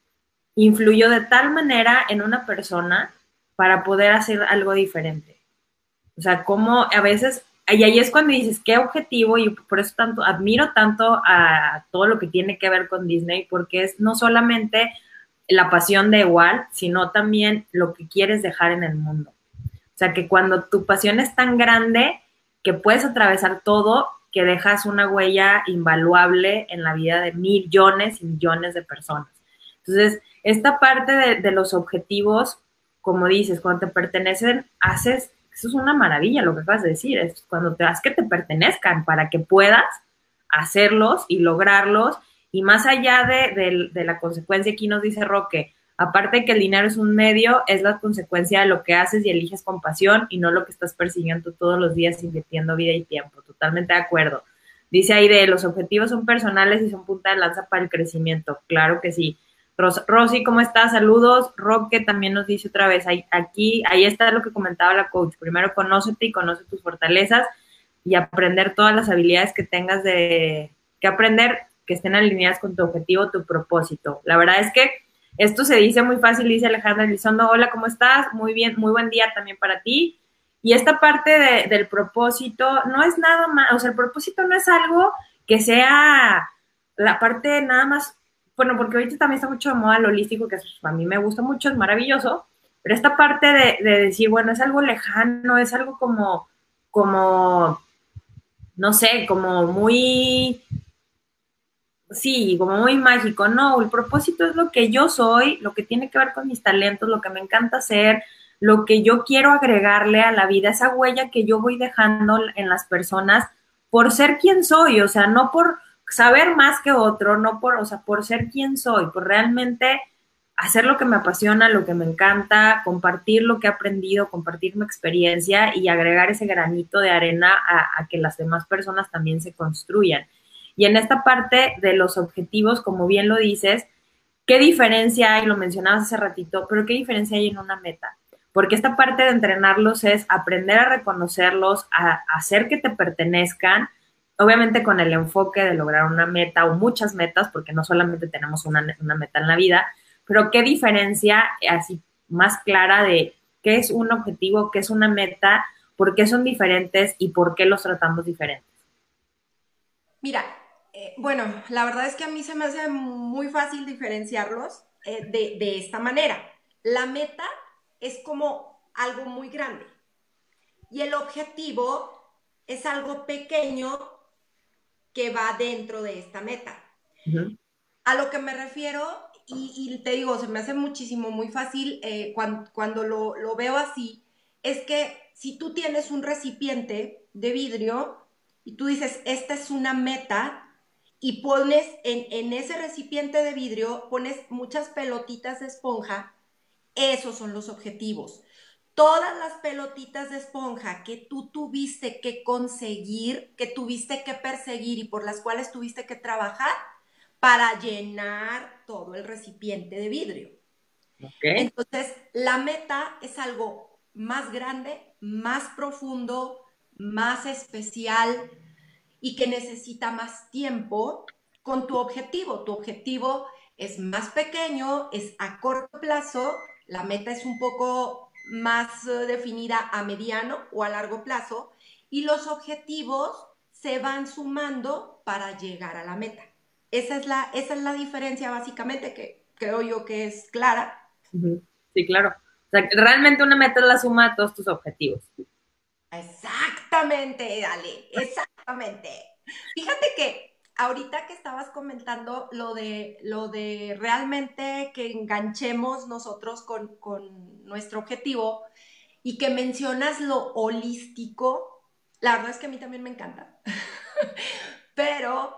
influyó de tal manera en una persona para poder hacer algo diferente. O sea, como a veces, y ahí es cuando dices, qué objetivo, y por eso tanto, admiro tanto a todo lo que tiene que ver con Disney, porque es no solamente la pasión de Walt, sino también lo que quieres dejar en el mundo. O sea, que cuando tu pasión es tan grande que puedes atravesar todo, que dejas una huella invaluable en la vida de millones y millones de personas. Entonces, esta parte de, de los objetivos, como dices, cuando te pertenecen, haces, eso es una maravilla lo que acabas de decir, es cuando te das que te pertenezcan para que puedas hacerlos y lograrlos, y más allá de, de, de la consecuencia, aquí nos dice Roque, aparte de que el dinero es un medio, es la consecuencia de lo que haces y eliges con pasión y no lo que estás persiguiendo todos los días invirtiendo vida y tiempo. Totalmente de acuerdo. Dice Aide, los objetivos son personales y son punta de lanza para el crecimiento. Claro que sí. Ros Rosy, ¿cómo estás? Saludos. Roque también nos dice otra vez, ahí, aquí, ahí está lo que comentaba la coach. Primero conócete y conoce tus fortalezas y aprender todas las habilidades que tengas de que aprender que estén alineadas con tu objetivo, tu propósito. La verdad es que esto se dice muy fácil, dice Alejandra Elizondo, hola, ¿cómo estás? Muy bien, muy buen día también para ti. Y esta parte de, del propósito no es nada más, o sea, el propósito no es algo que sea la parte nada más, bueno, porque ahorita también está mucho de moda lo holístico, que a mí me gusta mucho, es maravilloso, pero esta parte de, de decir, bueno, es algo lejano, es algo como, como, no sé, como muy... Sí, como muy mágico, no, el propósito es lo que yo soy, lo que tiene que ver con mis talentos, lo que me encanta hacer, lo que yo quiero agregarle a la vida, esa huella que yo voy dejando en las personas por ser quien soy, o sea, no por saber más que otro, no por, o sea, por ser quien soy, por realmente hacer lo que me apasiona, lo que me encanta, compartir lo que he aprendido, compartir mi experiencia y agregar ese granito de arena a, a que las demás personas también se construyan. Y en esta parte de los objetivos, como bien lo dices, ¿qué diferencia hay? Lo mencionabas hace ratito, pero ¿qué diferencia hay en una meta? Porque esta parte de entrenarlos es aprender a reconocerlos, a hacer que te pertenezcan, obviamente con el enfoque de lograr una meta o muchas metas, porque no solamente tenemos una, una meta en la vida, pero ¿qué diferencia así más clara de qué es un objetivo, qué es una meta, por qué son diferentes y por qué los tratamos diferentes? Mira, eh, bueno, la verdad es que a mí se me hace muy fácil diferenciarlos eh, de, de esta manera. La meta es como algo muy grande y el objetivo es algo pequeño que va dentro de esta meta. Uh-huh. A lo que me refiero y, y te digo, se me hace muchísimo, muy fácil eh, cuando, cuando lo, lo veo así, es que si tú tienes un recipiente de vidrio y tú dices, esta es una meta, y pones en, en ese recipiente de vidrio, pones muchas pelotitas de esponja, esos son los objetivos. Todas las pelotitas de esponja que tú tuviste que conseguir, que tuviste que perseguir y por las cuales tuviste que trabajar para llenar todo el recipiente de vidrio. Okay. Entonces, la meta es algo más grande, más profundo, más especial y que necesita más tiempo con tu objetivo. Tu objetivo es más pequeño, es a corto plazo, la meta es un poco más uh, definida a mediano o a largo plazo y los objetivos se van sumando para llegar a la meta. Esa es la, esa es la diferencia básicamente que creo yo que es clara. Sí, claro. O sea, realmente una meta es la suma de todos tus objetivos. Exactamente, dale, exactamente. Fíjate que ahorita que estabas comentando lo de, lo de realmente que enganchemos nosotros con, con nuestro objetivo y que mencionas lo holístico, la verdad es que a mí también me encanta, pero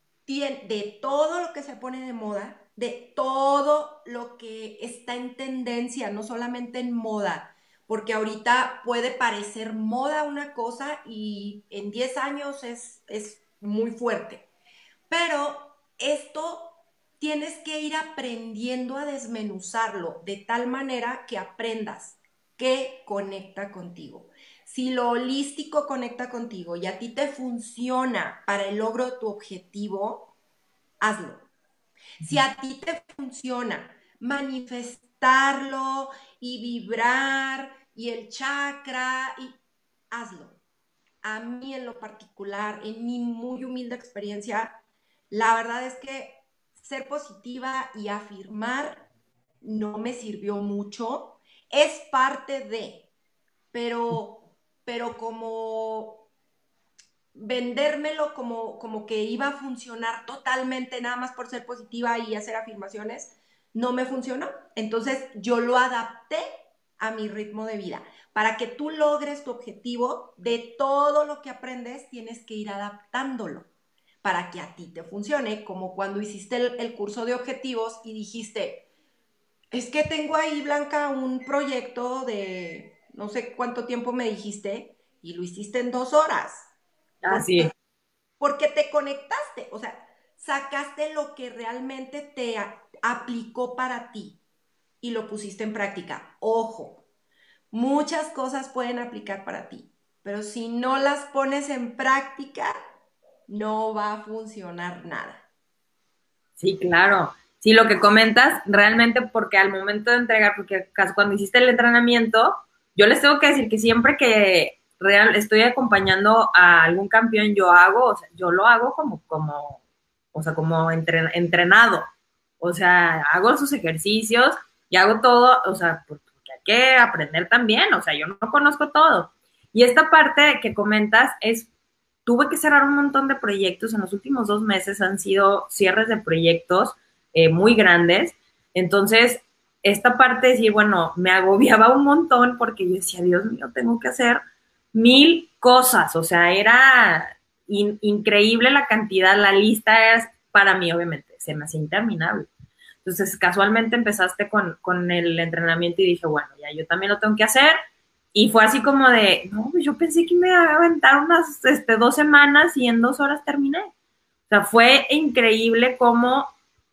de todo lo que se pone de moda, de todo lo que está en tendencia, no solamente en moda, porque ahorita puede parecer moda una cosa y en diez años es, es muy fuerte. Pero esto tienes que ir aprendiendo a desmenuzarlo de tal manera que aprendas qué conecta contigo. Si lo holístico conecta contigo y a ti te funciona para el logro de tu objetivo, hazlo. Si a ti te funciona manifestarlo y vibrar y el chakra, y hazlo. A mí en lo particular, en mi muy humilde experiencia, la verdad es que ser positiva y afirmar no me sirvió mucho. Es parte de, pero, pero como vendérmelo como, como que iba a funcionar totalmente nada más por ser positiva y hacer afirmaciones, no me funcionó. Entonces yo lo adapté a mi ritmo de vida. Para que tú logres tu objetivo, de todo lo que aprendes, tienes que ir adaptándolo para que a ti te funcione, como cuando hiciste el, el curso de objetivos y dijiste, es que tengo ahí, Blanca, un proyecto de no sé cuánto tiempo me dijiste y lo hiciste en dos horas. Así es. Porque te conectaste, o sea, sacaste lo que realmente te a, aplicó para ti y lo pusiste en práctica. Ojo, muchas cosas pueden aplicar para ti, pero si no las pones en práctica, no va a funcionar nada. Sí, claro. Sí, lo que comentas, realmente porque al momento de entregar, porque cuando hiciste el entrenamiento, yo les tengo que decir que siempre que real estoy acompañando a algún campeón, yo hago, o sea, yo lo hago como, como, o sea, como entren, entrenado. O sea, hago sus ejercicios y hago todo, o sea, porque hay que aprender también, o sea, yo no conozco todo. Y esta parte que comentas es, tuve que cerrar un montón de proyectos, en los últimos dos meses han sido cierres de proyectos eh, muy grandes, entonces esta parte de decir, bueno, me agobiaba un montón porque yo decía, Dios mío, tengo que hacer mil cosas, o sea, era in increíble la cantidad, la lista es para mí, obviamente, se me hacía interminable. Entonces, casualmente empezaste con, con el entrenamiento y dije, bueno, ya yo también lo tengo que hacer. Y fue así como de, no, yo pensé que me iba a aventar unas este, dos semanas y en dos horas terminé. O sea, fue increíble como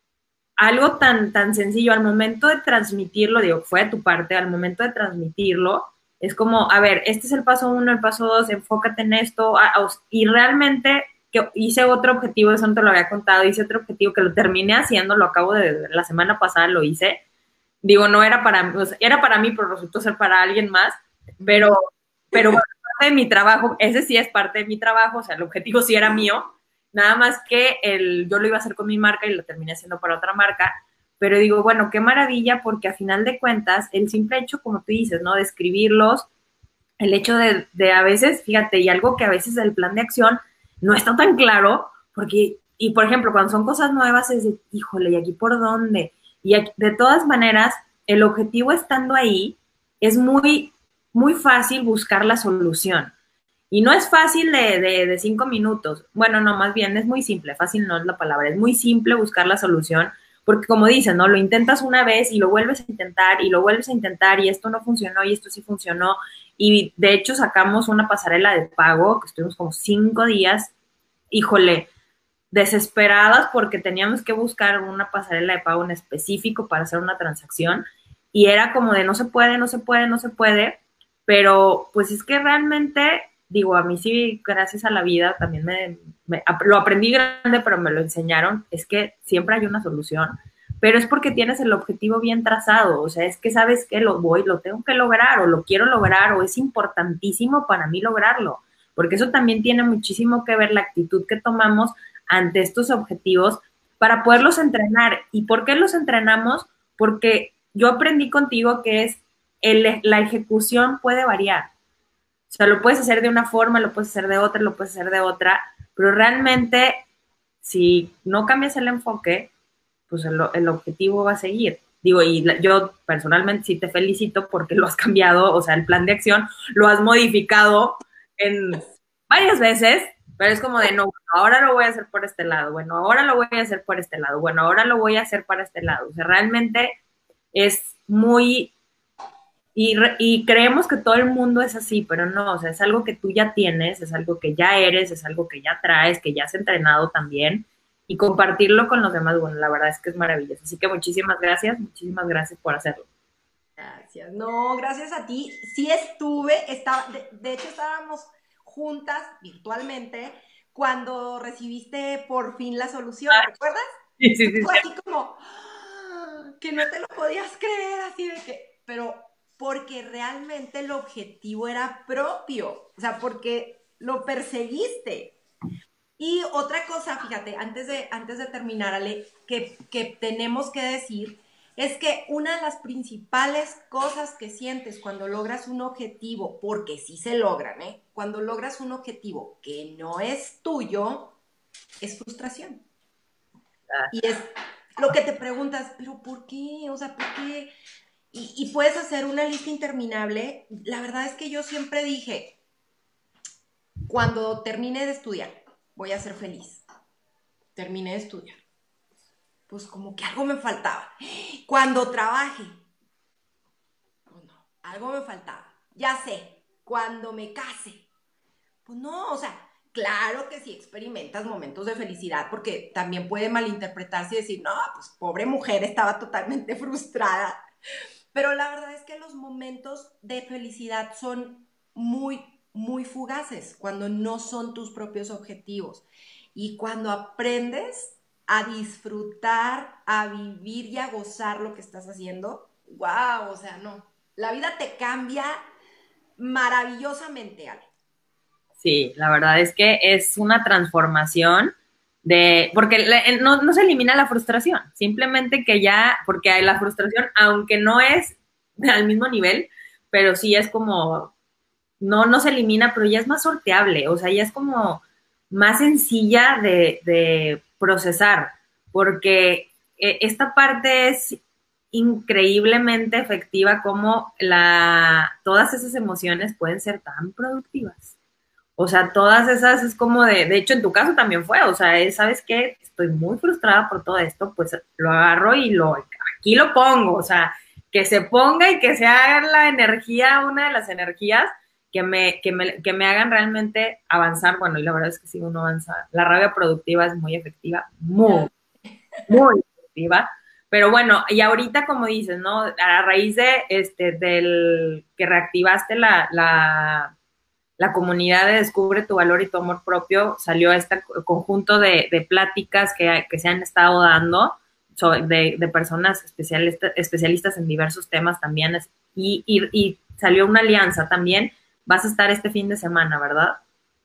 algo tan, tan sencillo, al momento de transmitirlo, digo, fue de tu parte, al momento de transmitirlo, es como, a ver, este es el paso uno, el paso dos, enfócate en esto, a, a, y realmente que hice otro objetivo, eso no te lo había contado, hice otro objetivo que lo terminé haciendo, lo acabo de, la semana pasada lo hice, digo, no era para mí, o sea, era para mí, pero resultó ser para alguien más, pero, pero bueno, parte de mi trabajo, ese sí es parte de mi trabajo, o sea, el objetivo sí era mío, nada más que el, yo lo iba a hacer con mi marca y lo terminé haciendo para otra marca, pero digo, bueno, qué maravilla, porque a final de cuentas, el simple hecho, como tú dices, ¿no?, de escribirlos, el hecho de, de a veces, fíjate, y algo que a veces el plan de acción no está tan claro, porque, y por ejemplo, cuando son cosas nuevas es de, híjole, ¿y aquí por dónde? Y de todas maneras, el objetivo estando ahí, es muy, muy fácil buscar la solución. Y no es fácil de, de, de cinco minutos. Bueno, no, más bien es muy simple. Fácil no es la palabra. Es muy simple buscar la solución. Porque como dicen, ¿no? Lo intentas una vez y lo vuelves a intentar y lo vuelves a intentar y esto no funcionó y esto sí funcionó. Y de hecho sacamos una pasarela de pago, que estuvimos como cinco días, híjole, desesperadas porque teníamos que buscar una pasarela de pago en específico para hacer una transacción y era como de no se puede, no se puede, no se puede, pero pues es que realmente, digo, a mí sí, gracias a la vida, también me, me lo aprendí grande, pero me lo enseñaron, es que siempre hay una solución, pero es porque tienes el objetivo bien trazado, o sea, es que sabes que lo voy, lo tengo que lograr o lo quiero lograr o es importantísimo para mí lograrlo, porque eso también tiene muchísimo que ver la actitud que tomamos ante estos objetivos para poderlos entrenar. ¿Y por qué los entrenamos? Porque yo aprendí contigo que es el, la ejecución puede variar. O sea, lo puedes hacer de una forma, lo puedes hacer de otra, lo puedes hacer de otra, pero realmente si no cambias el enfoque, pues el, el objetivo va a seguir. Digo, y yo personalmente sí te felicito porque lo has cambiado, o sea, el plan de acción lo has modificado en varias veces, pero es como de, no, bueno, ahora lo voy a hacer por este lado, bueno, ahora lo voy a hacer por este lado, bueno, ahora lo voy a hacer para este lado. O sea, realmente es muy, y, y creemos que todo el mundo es así, pero no, o sea, es algo que tú ya tienes, es algo que ya eres, es algo que ya traes, que ya has entrenado también, y compartirlo con los demás, bueno, la verdad es que es maravilloso. Así que muchísimas gracias, muchísimas gracias por hacerlo. Gracias. No, gracias a ti. Sí estuve, estaba, de, de hecho estábamos juntas virtualmente cuando recibiste por fin la solución, ¿recuerdas? Sí, sí, sí. Fue así como ¡ah! Que no te lo podías creer, así de que, pero porque realmente el objetivo era propio, o sea, porque lo perseguiste. Y otra cosa, fíjate, antes de, antes de terminar, Ale, que, que tenemos que decir es que una de las principales cosas que sientes cuando logras un objetivo, porque sí se logran, ¿eh? Cuando logras un objetivo que no es tuyo, es frustración. Y es lo que te preguntas, pero ¿por qué? O sea, ¿por qué? Y, y puedes hacer una lista interminable. La verdad es que yo siempre dije, cuando termine de estudiar, voy a ser feliz. Terminé de estudiar. Pues como que algo me faltaba. Cuando trabaje, pues no, algo me faltaba. Ya sé, cuando me case, pues no, o sea, claro que sí experimentas momentos de felicidad, porque también puede malinterpretarse y decir, no, pues pobre mujer, estaba totalmente frustrada. Pero la verdad es que los momentos de felicidad son muy, muy fugaces cuando no son tus propios objetivos. Y cuando aprendes a disfrutar, a vivir y a gozar lo que estás haciendo, wow, o sea, no. La vida te cambia maravillosamente, Ale. Sí, la verdad es que es una transformación de, porque le, no, no se elimina la frustración, simplemente que ya, porque hay la frustración, aunque no es al mismo nivel, pero sí es como, no, no se elimina, pero ya es más sorteable, o sea, ya es como más sencilla de, de procesar, porque esta parte es increíblemente efectiva como la, todas esas emociones pueden ser tan productivas. O sea, todas esas es como de, de hecho en tu caso también fue, o sea, es, ¿sabes qué? Estoy muy frustrada por todo esto, pues lo agarro y lo, aquí lo pongo, o sea, que se ponga y que se haga la energía, una de las energías que me, que me, que me hagan realmente avanzar. Bueno, y la verdad es que sí, uno avanza. La rabia productiva es muy efectiva, muy, muy efectiva. Pero bueno, y ahorita como dices, ¿no? A raíz de este, del que reactivaste la, la la comunidad de Descubre tu valor y tu amor propio, salió este conjunto de, de pláticas que, que, se han estado dando de, de personas especialistas, especialistas en diversos temas también, y, y, y salió una alianza también. Vas a estar este fin de semana, ¿verdad?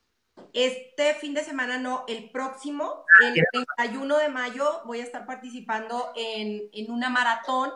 Este fin de semana no, el próximo, el treinta y uno de mayo, voy a estar participando en, en una maratón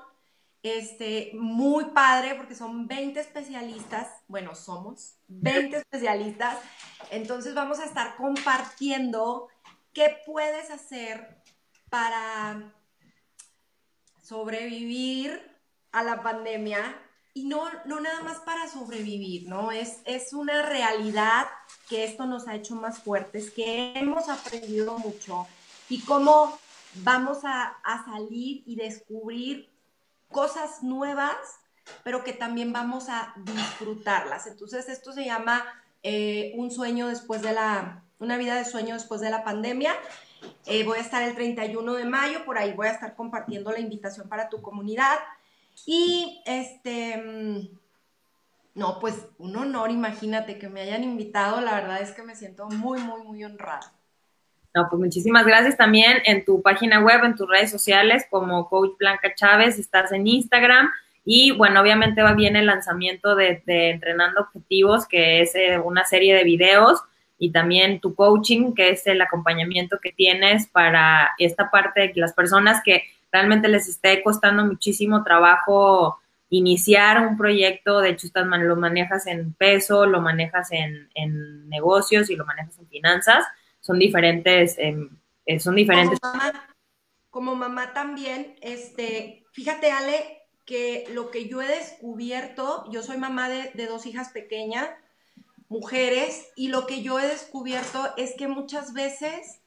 este, muy padre porque son veinte especialistas, bueno, somos veinte especialistas, entonces vamos a estar compartiendo qué puedes hacer para sobrevivir a la pandemia y no, no nada más para sobrevivir, ¿no? Es, es una realidad que esto nos ha hecho más fuertes, que hemos aprendido mucho y cómo vamos a, a salir y descubrir cosas nuevas, pero que también vamos a disfrutarlas. Entonces esto se llama eh, un sueño después de la, una vida de sueño después de la pandemia. Eh, voy a estar el treinta y uno de mayo, por ahí voy a estar compartiendo la invitación para tu comunidad. Y este, no, pues un honor, imagínate que me hayan invitado, la verdad es que me siento muy, muy, muy honrada. No, pues muchísimas gracias también en tu página web, en tus redes sociales, como Coach Blanca Chávez, estás en Instagram y bueno, obviamente va bien el lanzamiento de, de Entrenando Objetivos, que es eh, una serie de videos y también tu coaching, que es el acompañamiento que tienes para esta parte de las personas que realmente les esté costando muchísimo trabajo iniciar un proyecto. De hecho, estás, lo manejas en peso, lo manejas en, en negocios y lo manejas en finanzas. Son diferentes, eh, son diferentes. Como mamá, como mamá también, este, fíjate, Ale, que lo que yo he descubierto, yo soy mamá de, de dos hijas pequeñas, mujeres, y lo que yo he descubierto es que muchas veces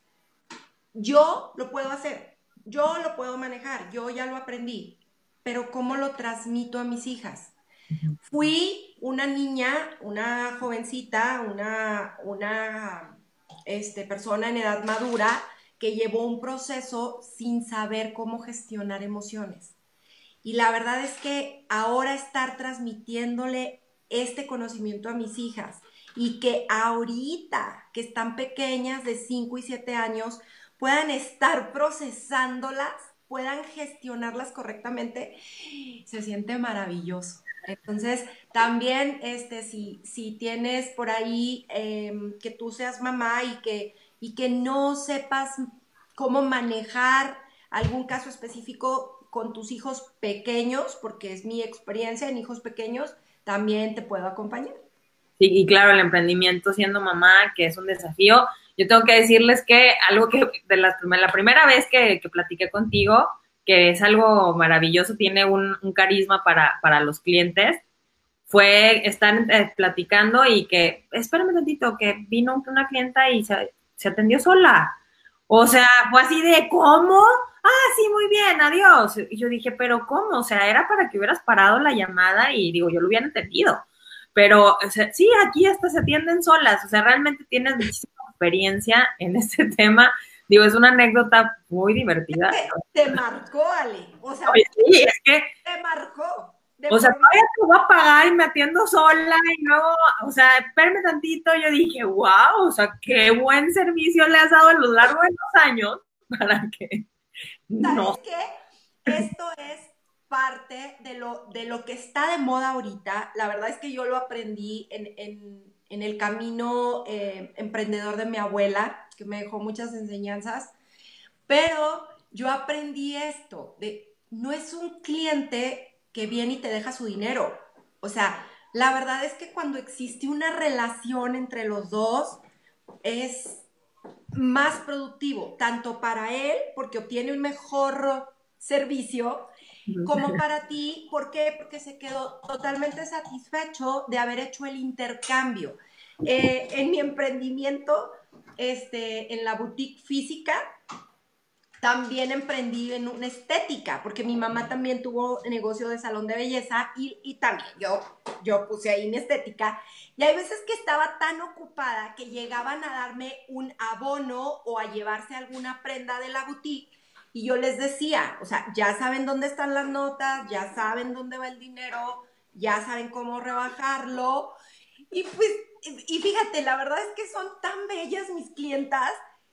yo lo puedo hacer, yo lo puedo manejar, yo ya lo aprendí, pero ¿cómo lo transmito a mis hijas? Fui una niña, una jovencita, una, una este, persona en edad madura que llevó un proceso sin saber cómo gestionar emociones. Y la verdad es que ahora estar transmitiéndole este conocimiento a mis hijas y que ahorita, que están pequeñas de cinco y siete años, puedan estar procesándolas, puedan gestionarlas correctamente, se siente maravilloso. Entonces, también, este, si, si tienes por ahí eh, que tú seas mamá y que, y que no sepas cómo manejar algún caso específico con tus hijos pequeños, porque es mi experiencia en hijos pequeños, también te puedo acompañar. Sí, y claro, el emprendimiento siendo mamá, que es un desafío. Yo tengo que decirles que algo que de la, la primera vez que, que platiqué contigo, que es algo maravilloso, tiene un, un carisma para, para los clientes, fue estar eh, platicando y que, espérame tantito, que vino una clienta y se, se atendió sola. O sea, fue así de, ¿cómo? Ah, sí, muy bien, adiós. Y yo dije, ¿pero cómo? O sea, era para que hubieras parado la llamada y digo, yo lo hubiera entendido. Pero, o sea, sí, aquí hasta se atienden solas. O sea, realmente tienes muchísima experiencia en este tema. Digo, es una anécdota muy divertida. Te marcó, Ale. O sea, Oye, sí, es que te marcó. O sea, todavía te voy a pagar y me atiendo sola y luego, o sea, espérame tantito. Yo dije, wow, o sea, qué buen servicio le has dado a lo largo de los años para que no. ¿Sabes qué? Esto es parte de lo, de lo que está de moda ahorita. La verdad es que yo lo aprendí en, en, en el camino eh, emprendedor de mi abuela, que me dejó muchas enseñanzas, pero yo aprendí esto, de no es un cliente que viene y te deja su dinero. O sea, la verdad es que cuando existe una relación entre los dos, es más productivo, tanto para él, porque obtiene un mejor servicio, como para ti. ¿Por qué? Porque se quedó totalmente satisfecho de haber hecho el intercambio. Eh, en mi emprendimiento, este, en la boutique física, también emprendí en una estética, porque mi mamá también tuvo negocio de salón de belleza y, y también yo, yo puse ahí mi estética. Y hay veces que estaba tan ocupada que llegaban a darme un abono o a llevarse alguna prenda de la boutique y yo les decía, o sea, ya saben dónde están las notas, ya saben dónde va el dinero, ya saben cómo rebajarlo. Y pues, y fíjate, la verdad es que son tan bellas mis clientas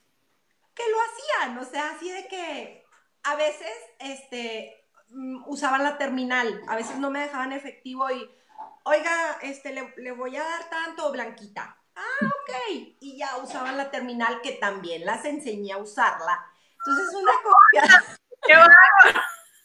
que lo hacían, o sea, así de que a veces este, usaban la terminal, a veces no me dejaban efectivo y, oiga, este, le, le voy a dar tanto, Blanquita. Ah, ok. Y ya usaban la terminal, que también las enseñé a usarla. Entonces, una confianza. ¡Qué bueno!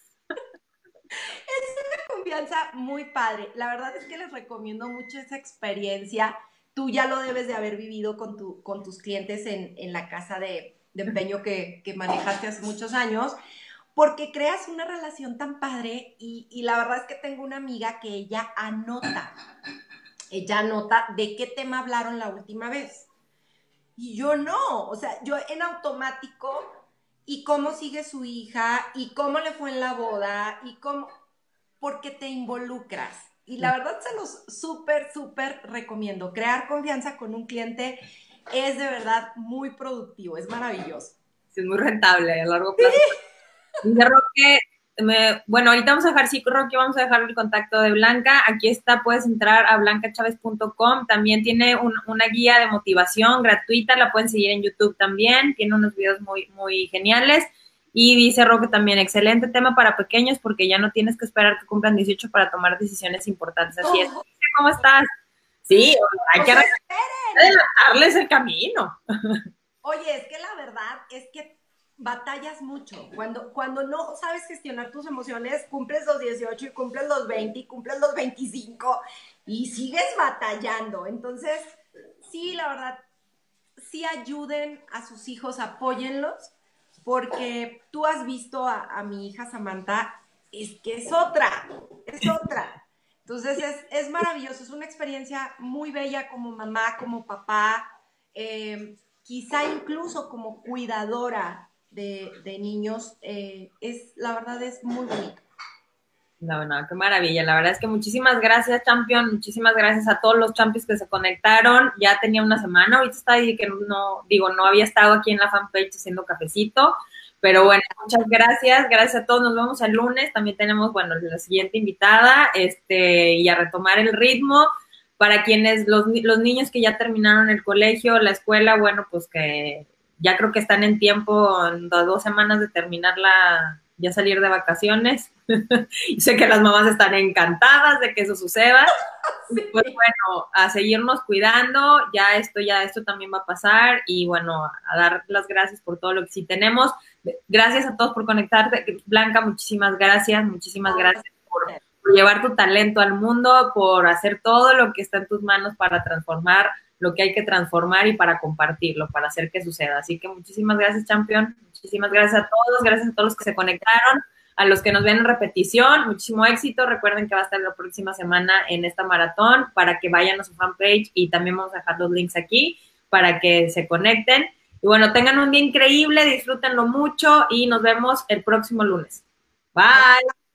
Es una confianza muy padre. La verdad es que les recomiendo mucho esa experiencia. Tú ya lo debes de haber vivido con, tu, con tus clientes en, en la casa de, de empeño que, que manejaste hace muchos años, porque creas una relación tan padre y, y la verdad es que tengo una amiga que ella anota, ella anota de qué tema hablaron la última vez. Y yo no, o sea, yo en automático, y cómo sigue su hija, y cómo le fue en la boda, y cómo, porque te involucras. Y la verdad se los súper, súper recomiendo. Crear confianza con un cliente es de verdad muy productivo, es maravilloso. Sí, es muy rentable a largo plazo. Sí. Dice Roque, me, bueno, ahorita vamos a dejar, sí, Roque, vamos a dejar el contacto de Blanca. Aquí está, puedes entrar a blanca chávez punto com. También tiene un, una guía de motivación gratuita, la pueden seguir en YouTube también. Tiene unos videos muy, muy geniales. Y dice Roque también, excelente tema para pequeños porque ya no tienes que esperar que cumplan dieciocho para tomar decisiones importantes. Así es. ¿Cómo estás? Sí, hay que adelantarles el camino. Oye, es que la verdad es que batallas mucho. Cuando, cuando no sabes gestionar tus emociones, cumples los dieciocho y cumples los veinte y cumples los veinticinco y sigues batallando. Entonces, sí, la verdad, sí ayuden a sus hijos, apóyenlos, porque tú has visto a, a mi hija Samantha, es que es otra, es otra. Entonces, es, es maravilloso, es una experiencia muy bella como mamá, como papá, eh, quizá incluso como cuidadora de, de niños, eh, es, la verdad es muy bonito. No, no, qué maravilla. La verdad es que muchísimas gracias, Champion. Muchísimas gracias a todos los champions que se conectaron. Ya tenía una semana. Ahorita está ahí que no, digo, no había estado aquí en la fanpage haciendo cafecito. Pero bueno, muchas gracias. Gracias a todos. Nos vemos el lunes. También tenemos, bueno, la siguiente invitada, este, y a retomar el ritmo. Para quienes, los, los niños que ya terminaron el colegio, la escuela, bueno, pues que ya creo que están en tiempo, en dos, dos semanas de terminar la, ya salir de vacaciones. Y sé que las mamás están encantadas de que eso suceda. Sí. Pues bueno, a seguirnos cuidando, ya esto, ya esto también va a pasar y bueno, a dar las gracias por todo lo que sí tenemos. Gracias a todos por conectarte. Blanca, muchísimas gracias, muchísimas gracias por, por llevar tu talento al mundo, por hacer todo lo que está en tus manos para transformar lo que hay que transformar y para compartirlo, para hacer que suceda. Así que muchísimas gracias, Champion. Muchísimas gracias a todos, gracias a todos los que se conectaron. A los que nos ven en repetición, muchísimo éxito. Recuerden que va a estar la próxima semana en esta maratón para que vayan a su fanpage y también vamos a dejar los links aquí para que se conecten. Y bueno, tengan un día increíble, disfrútenlo mucho y nos vemos el próximo lunes. Bye.